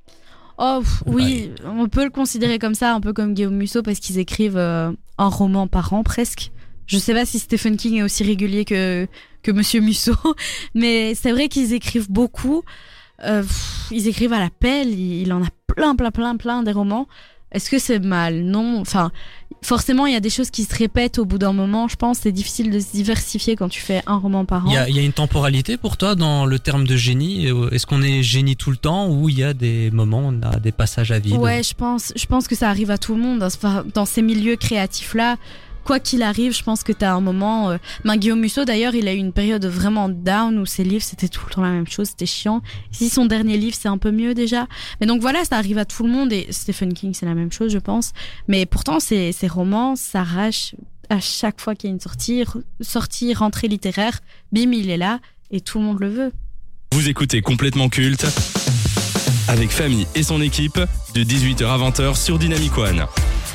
Oui, on peut le considérer comme ça, un peu comme Guillaume Musso, parce qu'ils écrivent un roman par an presque. Je sais pas si Stephen King est aussi régulier que Monsieur Musso, mais c'est vrai qu'ils écrivent beaucoup. Ils écrivent à la pelle, il en a plein des romans. Est-ce que c'est mal? Non. Enfin, forcément, il y a des choses qui se répètent au bout d'un moment. Je pense que c'est difficile de se diversifier quand tu fais un roman par an. Il y a une temporalité pour toi dans le terme de génie. Est-ce qu'on est génie tout le temps ou il y a des moments où on a des passages à vide? Ouais, je pense que ça arrive à tout le monde dans ces milieux créatifs-là. Quoi qu'il arrive, je pense que t'as un moment... Guillaume Musso, d'ailleurs, il a eu une période vraiment down où ses livres, c'était tout le temps la même chose, c'était chiant. Ici, son dernier livre, c'est un peu mieux déjà. Mais donc voilà, ça arrive à tout le monde et Stephen King, c'est la même chose, je pense. Mais pourtant, ses romans s'arrachent à chaque fois qu'il y a une sortie, rentrée littéraire. Bim, il est là et tout le monde le veut. Vous écoutez Complètement Culte avec Famille et son équipe de 18h à 20h sur Dynamic One.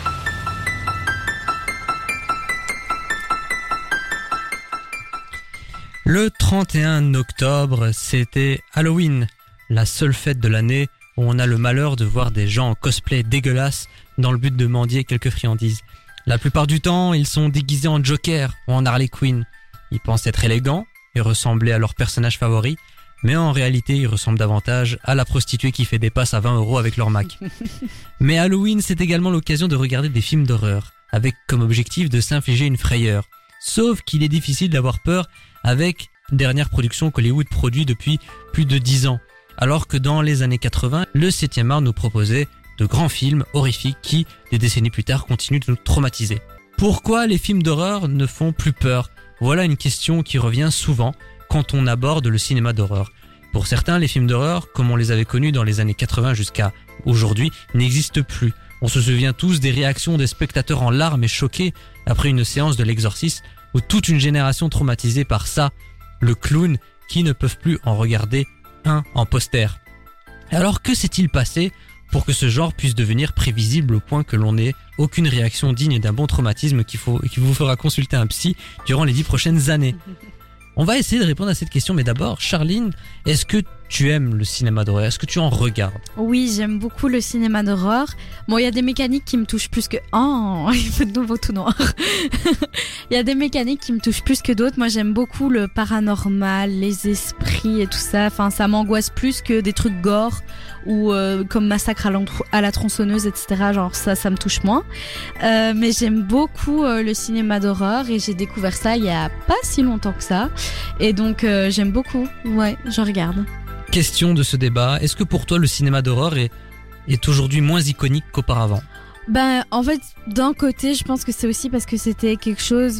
Le 31 octobre, c'était Halloween, la seule fête de l'année où on a le malheur de voir des gens en cosplay dégueulasse dans le but de mendier quelques friandises. La plupart du temps, ils sont déguisés en Joker ou en Harley Quinn. Ils pensent être élégants et ressembler à leur personnage favori, mais en réalité, ils ressemblent davantage à la prostituée qui fait des passes à 20 € avec leur Mac. Mais Halloween, c'est également l'occasion de regarder des films d'horreur, avec comme objectif de s'infliger une frayeur. Sauf qu'il est difficile d'avoir peur avec une dernière production qu'Hollywood produit depuis plus de 10 ans. Alors que dans les années 80, le 7e art nous proposait de grands films horrifiques qui, des décennies plus tard, continuent de nous traumatiser. Pourquoi les films d'horreur ne font plus peur? Voilà une question qui revient souvent quand on aborde le cinéma d'horreur. Pour certains, les films d'horreur, comme on les avait connus dans les années 80 jusqu'à aujourd'hui, n'existent plus. On se souvient tous des réactions des spectateurs en larmes et choqués après une séance de l'Exorciste, ou toute une génération traumatisée par ça, le clown, qui ne peuvent plus en regarder un en poster. Alors que s'est-il passé pour que ce genre puisse devenir prévisible au point que l'on n'ait aucune réaction digne d'un bon traumatisme qui vous fera consulter un psy durant les 10 prochaines années? On va essayer de répondre à cette question, mais d'abord, Charline, est-ce que tu aimes le cinéma d'horreur? Est-ce que tu en regardes? Oui, j'aime beaucoup le cinéma d'horreur. Bon, il y a des mécaniques qui me touchent plus que... Oh, il fait de nouveau tout noir. Il y a des mécaniques qui me touchent plus que d'autres. Moi, j'aime beaucoup le paranormal, les esprits et tout ça. Enfin, ça m'angoisse plus que des trucs gore ou comme Massacre à la tronçonneuse, etc. Genre, ça me touche moins. Mais j'aime beaucoup le cinéma d'horreur et j'ai découvert ça il y a pas si longtemps que ça. Et donc, j'aime beaucoup. Ouais, je regarde. Question de ce débat, est-ce que pour toi le cinéma d'horreur est aujourd'hui moins iconique qu'auparavant? En fait, d'un côté, je pense que c'est aussi parce que c'était quelque chose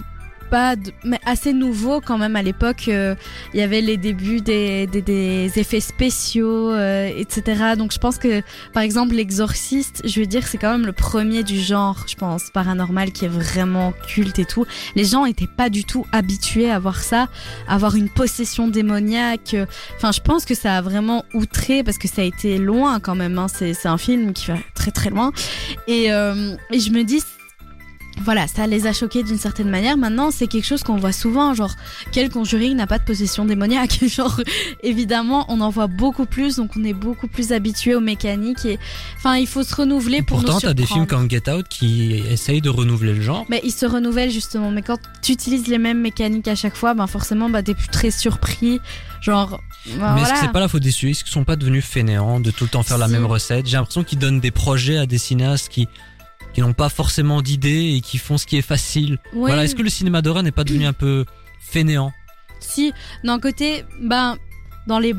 mais assez nouveau quand même à l'époque. Il y avait les débuts des effets spéciaux, etc. Donc je pense que par exemple l'Exorciste, je veux dire c'est quand même le premier du genre, je pense, paranormal qui est vraiment culte et tout. Les gens étaient pas du tout habitués à voir ça, à avoir une possession démoniaque. Enfin je pense que ça a vraiment outré parce que ça a été loin quand même. Hein. C'est un film qui va très très loin et je me dis voilà, ça les a choqués d'une certaine manière. Maintenant, c'est quelque chose qu'on voit souvent, genre quel Conjuring n'a pas de possession démoniaque. Genre, évidemment, on en voit beaucoup plus, donc on est beaucoup plus habitué aux mécaniques. Et enfin, il faut se renouveler pour nous surprendre. Pourtant, t'as des films comme Get Out qui essayent de renouveler le genre. Mais ils se renouvellent justement. Mais quand tu utilises les mêmes mécaniques à chaque fois, ben forcément, t'es plus très surpris. Genre. Mais voilà. est-ce que c'est pas la faute des studios? Est-ce qu'ils sont pas devenus fainéants de tout le temps faire la même recette? J'ai l'impression qu'ils donnent des projets à des cinéastes qui n'ont pas forcément d'idées et qui font ce qui est facile. Oui. Voilà, est-ce que le cinéma d'horreur n'est pas devenu un peu fainéant? Si, d'un côté, dans les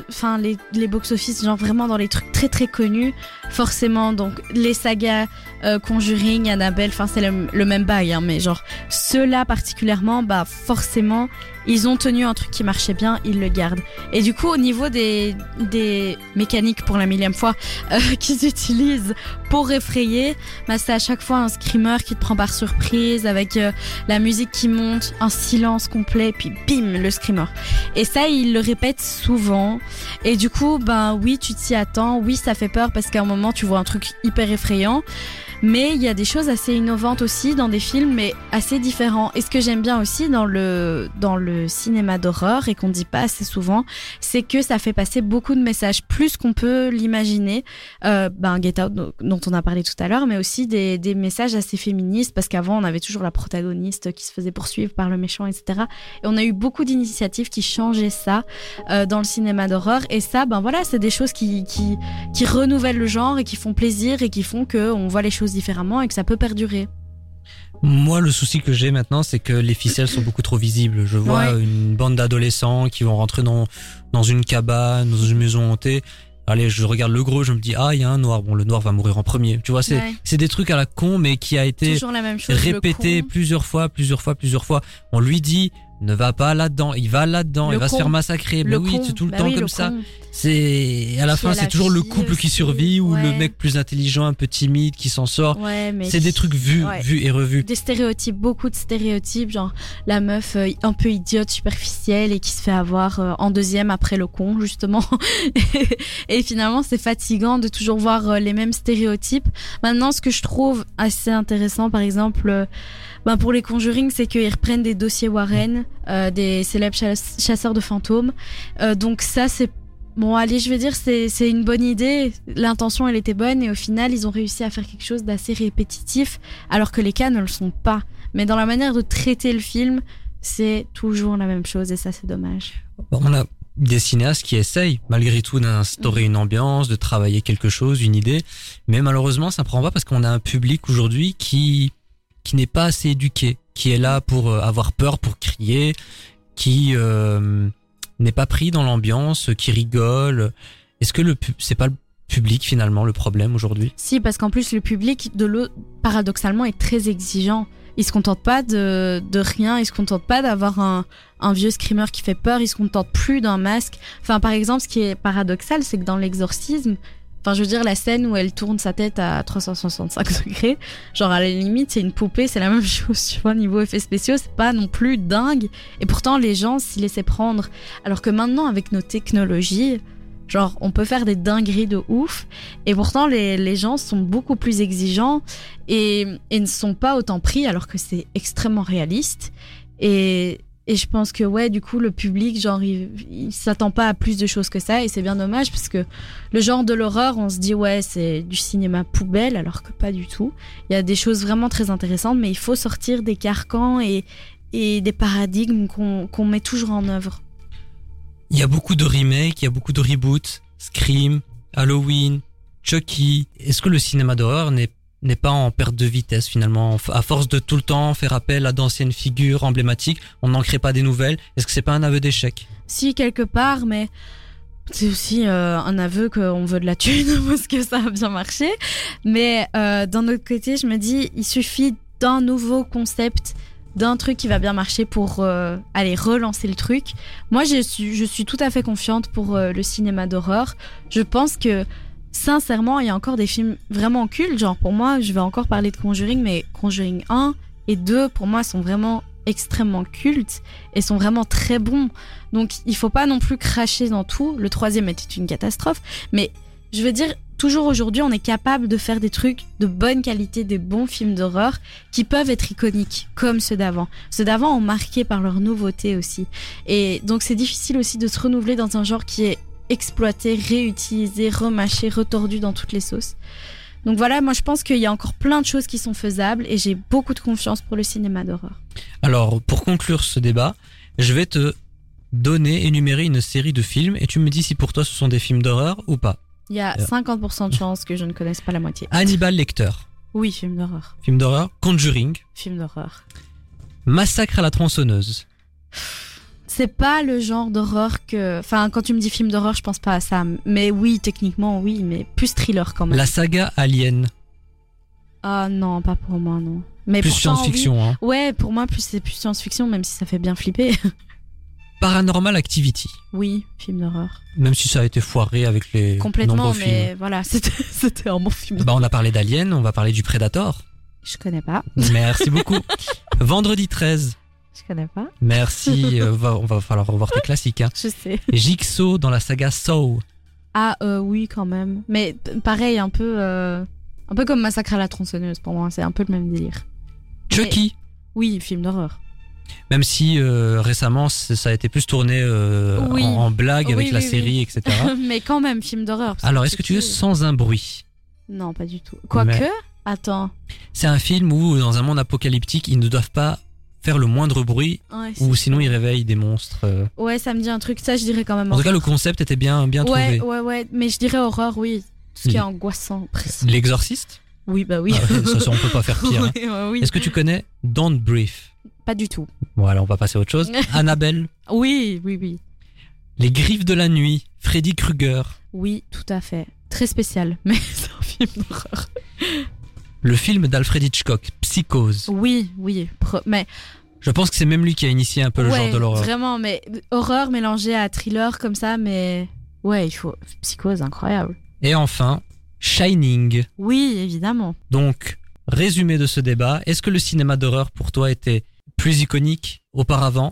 les box-office, genre vraiment dans les trucs très très connus, forcément, donc les sagas Conjuring, Annabelle, enfin c'est le même bail, hein, mais genre ceux-là particulièrement, forcément, ils ont tenu un truc qui marchait bien, ils le gardent. Et du coup, au niveau des mécaniques pour la millième fois qu'ils utilisent pour effrayer, c'est à chaque fois un screamer qui te prend par surprise avec la musique qui monte, un silence complet, puis bim, le screamer. Et ça, ils le répètent souvent. Et du coup, oui, tu t'y attends. Oui, ça fait peur parce qu'à un moment, tu vois un truc hyper effrayant. Mais il y a des choses assez innovantes aussi dans des films, mais assez différents. Et ce que j'aime bien aussi dans le cinéma d'horreur, et qu'on dit pas assez souvent, c'est que ça fait passer beaucoup de messages, plus qu'on peut l'imaginer. Get Out, dont on a parlé tout à l'heure, mais aussi des messages assez féministes, parce qu'avant, on avait toujours la protagoniste qui se faisait poursuivre par le méchant, etc. Et on a eu beaucoup d'initiatives qui changeaient ça dans le cinéma d'horreur. Et ça, c'est des choses qui renouvellent le genre et qui font plaisir et qui font qu'on voit les choses différemment et que ça peut perdurer. Moi, le souci que j'ai maintenant, c'est que les ficelles sont beaucoup trop visibles. Je vois une bande d'adolescents qui vont rentrer dans une cabane, dans une maison hantée. Allez, je regarde le gros, je me dis, il y a un noir. Bon, le noir va mourir en premier. Tu vois, c'est des trucs à la con, mais qui a été la même chose, répété plusieurs fois. On lui dit, ne va pas là-dedans. Il va là-dedans. Il va se faire massacrer. Mais oui, c'est tout le temps comme ça. À la fin, c'est toujours le couple qui survit ou le mec plus intelligent, un peu timide, qui s'en sort. C'est des trucs vus et revus. Des stéréotypes, beaucoup de stéréotypes, genre la meuf un peu idiote, superficielle et qui se fait avoir en deuxième après le con, justement. Et finalement, c'est fatigant de toujours voir les mêmes stéréotypes. Maintenant, ce que je trouve assez intéressant, par exemple, pour les Conjuring, c'est qu'ils reprennent des dossiers Warren, des célèbres chasseurs de fantômes. Donc ça, c'est je vais dire, c'est une bonne idée. L'intention, elle était bonne et au final, ils ont réussi à faire quelque chose d'assez répétitif, alors que les cas ne le sont pas. Mais dans la manière de traiter le film, c'est toujours la même chose et ça, c'est dommage. On a des cinéastes qui essayent malgré tout d'instaurer une ambiance, de travailler quelque chose, une idée, mais malheureusement, ça ne prend pas parce qu'on a un public aujourd'hui qui n'est pas assez éduqué, qui est là pour avoir peur, pour crier, qui n'est pas pris dans l'ambiance, qui rigole. Est-ce que c'est pas le public finalement le problème aujourd'hui? Si, parce qu'en plus le public paradoxalement est très exigeant. Il se contente pas de rien, il se contente pas d'avoir un vieux screamer qui fait peur, il se contente plus d'un masque. Enfin, par exemple, ce qui est paradoxal, c'est que dans l'exorcisme, je veux dire, la scène où elle tourne sa tête à 365 degrés, genre à la limite, c'est une poupée, c'est la même chose, tu vois, niveau effets spéciaux, c'est pas non plus dingue. Et pourtant, les gens s'y laissaient prendre. Alors que maintenant, avec nos technologies, genre, on peut faire des dingueries de ouf. Et pourtant, les gens sont beaucoup plus exigeants et ne sont pas autant pris, alors que c'est extrêmement réaliste. Et je pense que du coup le public genre il s'attend pas à plus de choses que ça et c'est bien dommage parce que le genre de l'horreur on se dit c'est du cinéma poubelle alors que pas du tout. Il y a des choses vraiment très intéressantes mais il faut sortir des carcans et des paradigmes qu'on met toujours en œuvre. Il y a beaucoup de remakes, il y a beaucoup de reboots, Scream, Halloween, Chucky. Est-ce que le cinéma d'horreur n'est pas en perte de vitesse finalement, à force de tout le temps faire appel à d'anciennes figures emblématiques, on n'en crée pas des nouvelles? Est-ce que c'est pas un aveu d'échec? Si, quelque part, mais c'est aussi un aveu qu'on veut de la thune parce que ça a bien marché. Mais d'un autre côté, je me dis, il suffit d'un nouveau concept d'un truc qui va bien marcher pour aller relancer le truc. Moi, je suis tout à fait confiante pour le cinéma d'horreur. Je pense que, sincèrement, il y a encore des films vraiment cultes. Genre, pour moi, je vais encore parler de Conjuring, mais Conjuring 1 et 2, pour moi, sont vraiment extrêmement cultes et sont vraiment très bons. Donc, il faut pas non plus cracher dans tout. Le 3e était une catastrophe. Mais, je veux dire, toujours aujourd'hui, on est capable de faire des trucs de bonne qualité, des bons films d'horreur qui peuvent être iconiques, comme ceux d'avant. Ceux d'avant ont marqué par leur nouveauté aussi. Et donc, c'est difficile aussi de se renouveler dans un genre qui est exploité, réutilisé, remâché, retordu dans toutes les sauces. Donc voilà, moi je pense qu'il y a encore plein de choses qui sont faisables et j'ai beaucoup de confiance pour le cinéma d'horreur. Alors, pour conclure ce débat, je vais te énumérer une série de films et tu me dis si pour toi ce sont des films d'horreur ou pas. Il y a 50% de chances que je ne connaisse pas la moitié. Hannibal Lecter. Oui, film d'horreur. Film d'horreur. Conjuring. Film d'horreur. Massacre à la tronçonneuse. C'est pas le genre d'horreur que... Enfin, quand tu me dis film d'horreur, je pense pas à ça. Mais oui, techniquement, oui, mais plus thriller quand même. La saga Alien. Ah non, pas pour moi, non. Mais plus pourtant, science-fiction, oui. hein. Ouais, pour moi, c'est plus science-fiction, même si ça fait bien flipper. Paranormal Activity. Oui, film d'horreur. Même si ça a été foiré avec les complètement, nombreux films. mais voilà, c'était un bon film. Bah, on a parlé d'Alien, on va parler du Predator. Je connais pas. Merci beaucoup. Vendredi 13. Je connais pas. Merci, on va falloir revoir tes classiques. Hein. Je sais. Jigsaw dans la saga Saw. Ah oui, quand même. Mais pareil, un peu comme Massacre à la tronçonneuse pour moi, c'est un peu le même délire. Chucky. Mais, oui, film d'horreur. Même si récemment ça a été plus tourné oui. en blague avec la série, oui. etc. Mais quand même, film d'horreur. Alors, est-ce que tu veux Sans un bruit? Non, pas du tout. Quoique, attends. C'est un film où, dans un monde apocalyptique, ils ne doivent pas faire le moindre bruit, ouais, ou sinon ils réveillent des monstres. Ouais, ça me dit un truc, ça je dirais quand même. En tout cas, le concept était bien trouvé. Ouais, mais je dirais horreur, oui. Ce qui est angoissant, presque. L'Exorciste? Oui, bah oui. Ah, ça, on peut pas faire pire. Hein. Oui. Est-ce que tu connais Don't Breathe? Pas du tout. Bon, alors on va passer à autre chose. Annabelle? Oui. Les Griffes de la nuit, Freddy Krueger? Oui, tout à fait. Très spécial, mais c'est un film d'horreur. Le film d'Alfred Hitchcock, Psychose. Oui, mais... Je pense que c'est même lui qui a initié un peu le genre de l'horreur. Vraiment, mais horreur mélangée à thriller comme ça, mais... Ouais, il faut... Psychose, incroyable. Et enfin, Shining. Oui, évidemment. Donc, résumé de ce débat, est-ce que le cinéma d'horreur pour toi était plus iconique auparavant?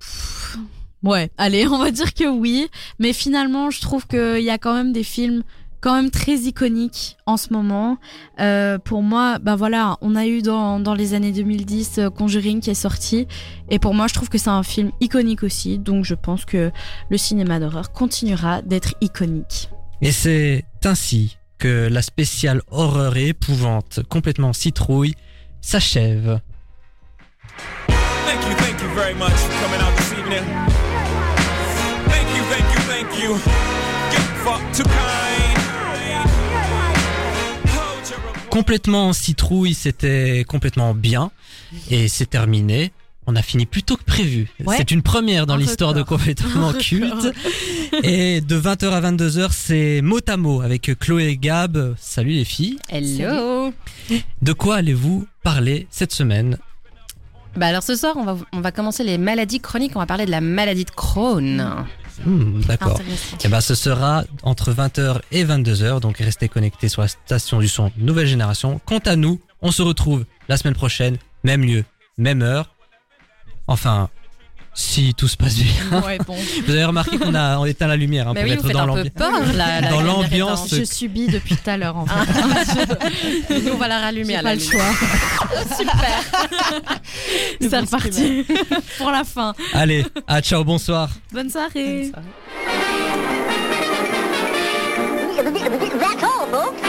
Ouais, allez, on va dire que oui, mais finalement, je trouve qu'il y a quand même des films quand même très iconique en ce moment. Pour moi, bah voilà, on a eu dans les années 2010 Conjuring qui est sorti, et pour moi je trouve que c'est un film iconique aussi, donc je pense que le cinéma d'horreur continuera d'être iconique. Et c'est ainsi que la spéciale horreur et épouvante complètement citrouille s'achève. Thank you very much for coming out this evening. Thank you. Get fuck too kind. Complètement citrouille, c'était complètement bien et c'est terminé. On a fini plus tôt que prévu. Ouais. C'est une première dans l'histoire de Complètement Culte. Et de 20h à 22h, c'est mot à mot avec Chloé et Gab. Salut les filles. Hello. De quoi allez-vous parler cette semaine ? Bah alors ce soir, on va commencer les maladies chroniques. On va parler de la maladie de Crohn. D'accord. Et bah ce sera entre 20h et 22h, donc restez connectés sur la station du son Nouvelle Génération. Quant à nous, on se retrouve la semaine prochaine, même lieu, même heure. Enfin, si tout se passe bien. Ouais, bon. Vous avez remarqué on éteint la lumière pour être dans l'ambiance. Dans l'ambiance. Je subis depuis tout à l'heure en fait. Nous on va la rallumer. J'ai pas le choix. Super. C'est reparti pour la fin. Allez, ciao, bonsoir. Bonne soirée. That's all, folks.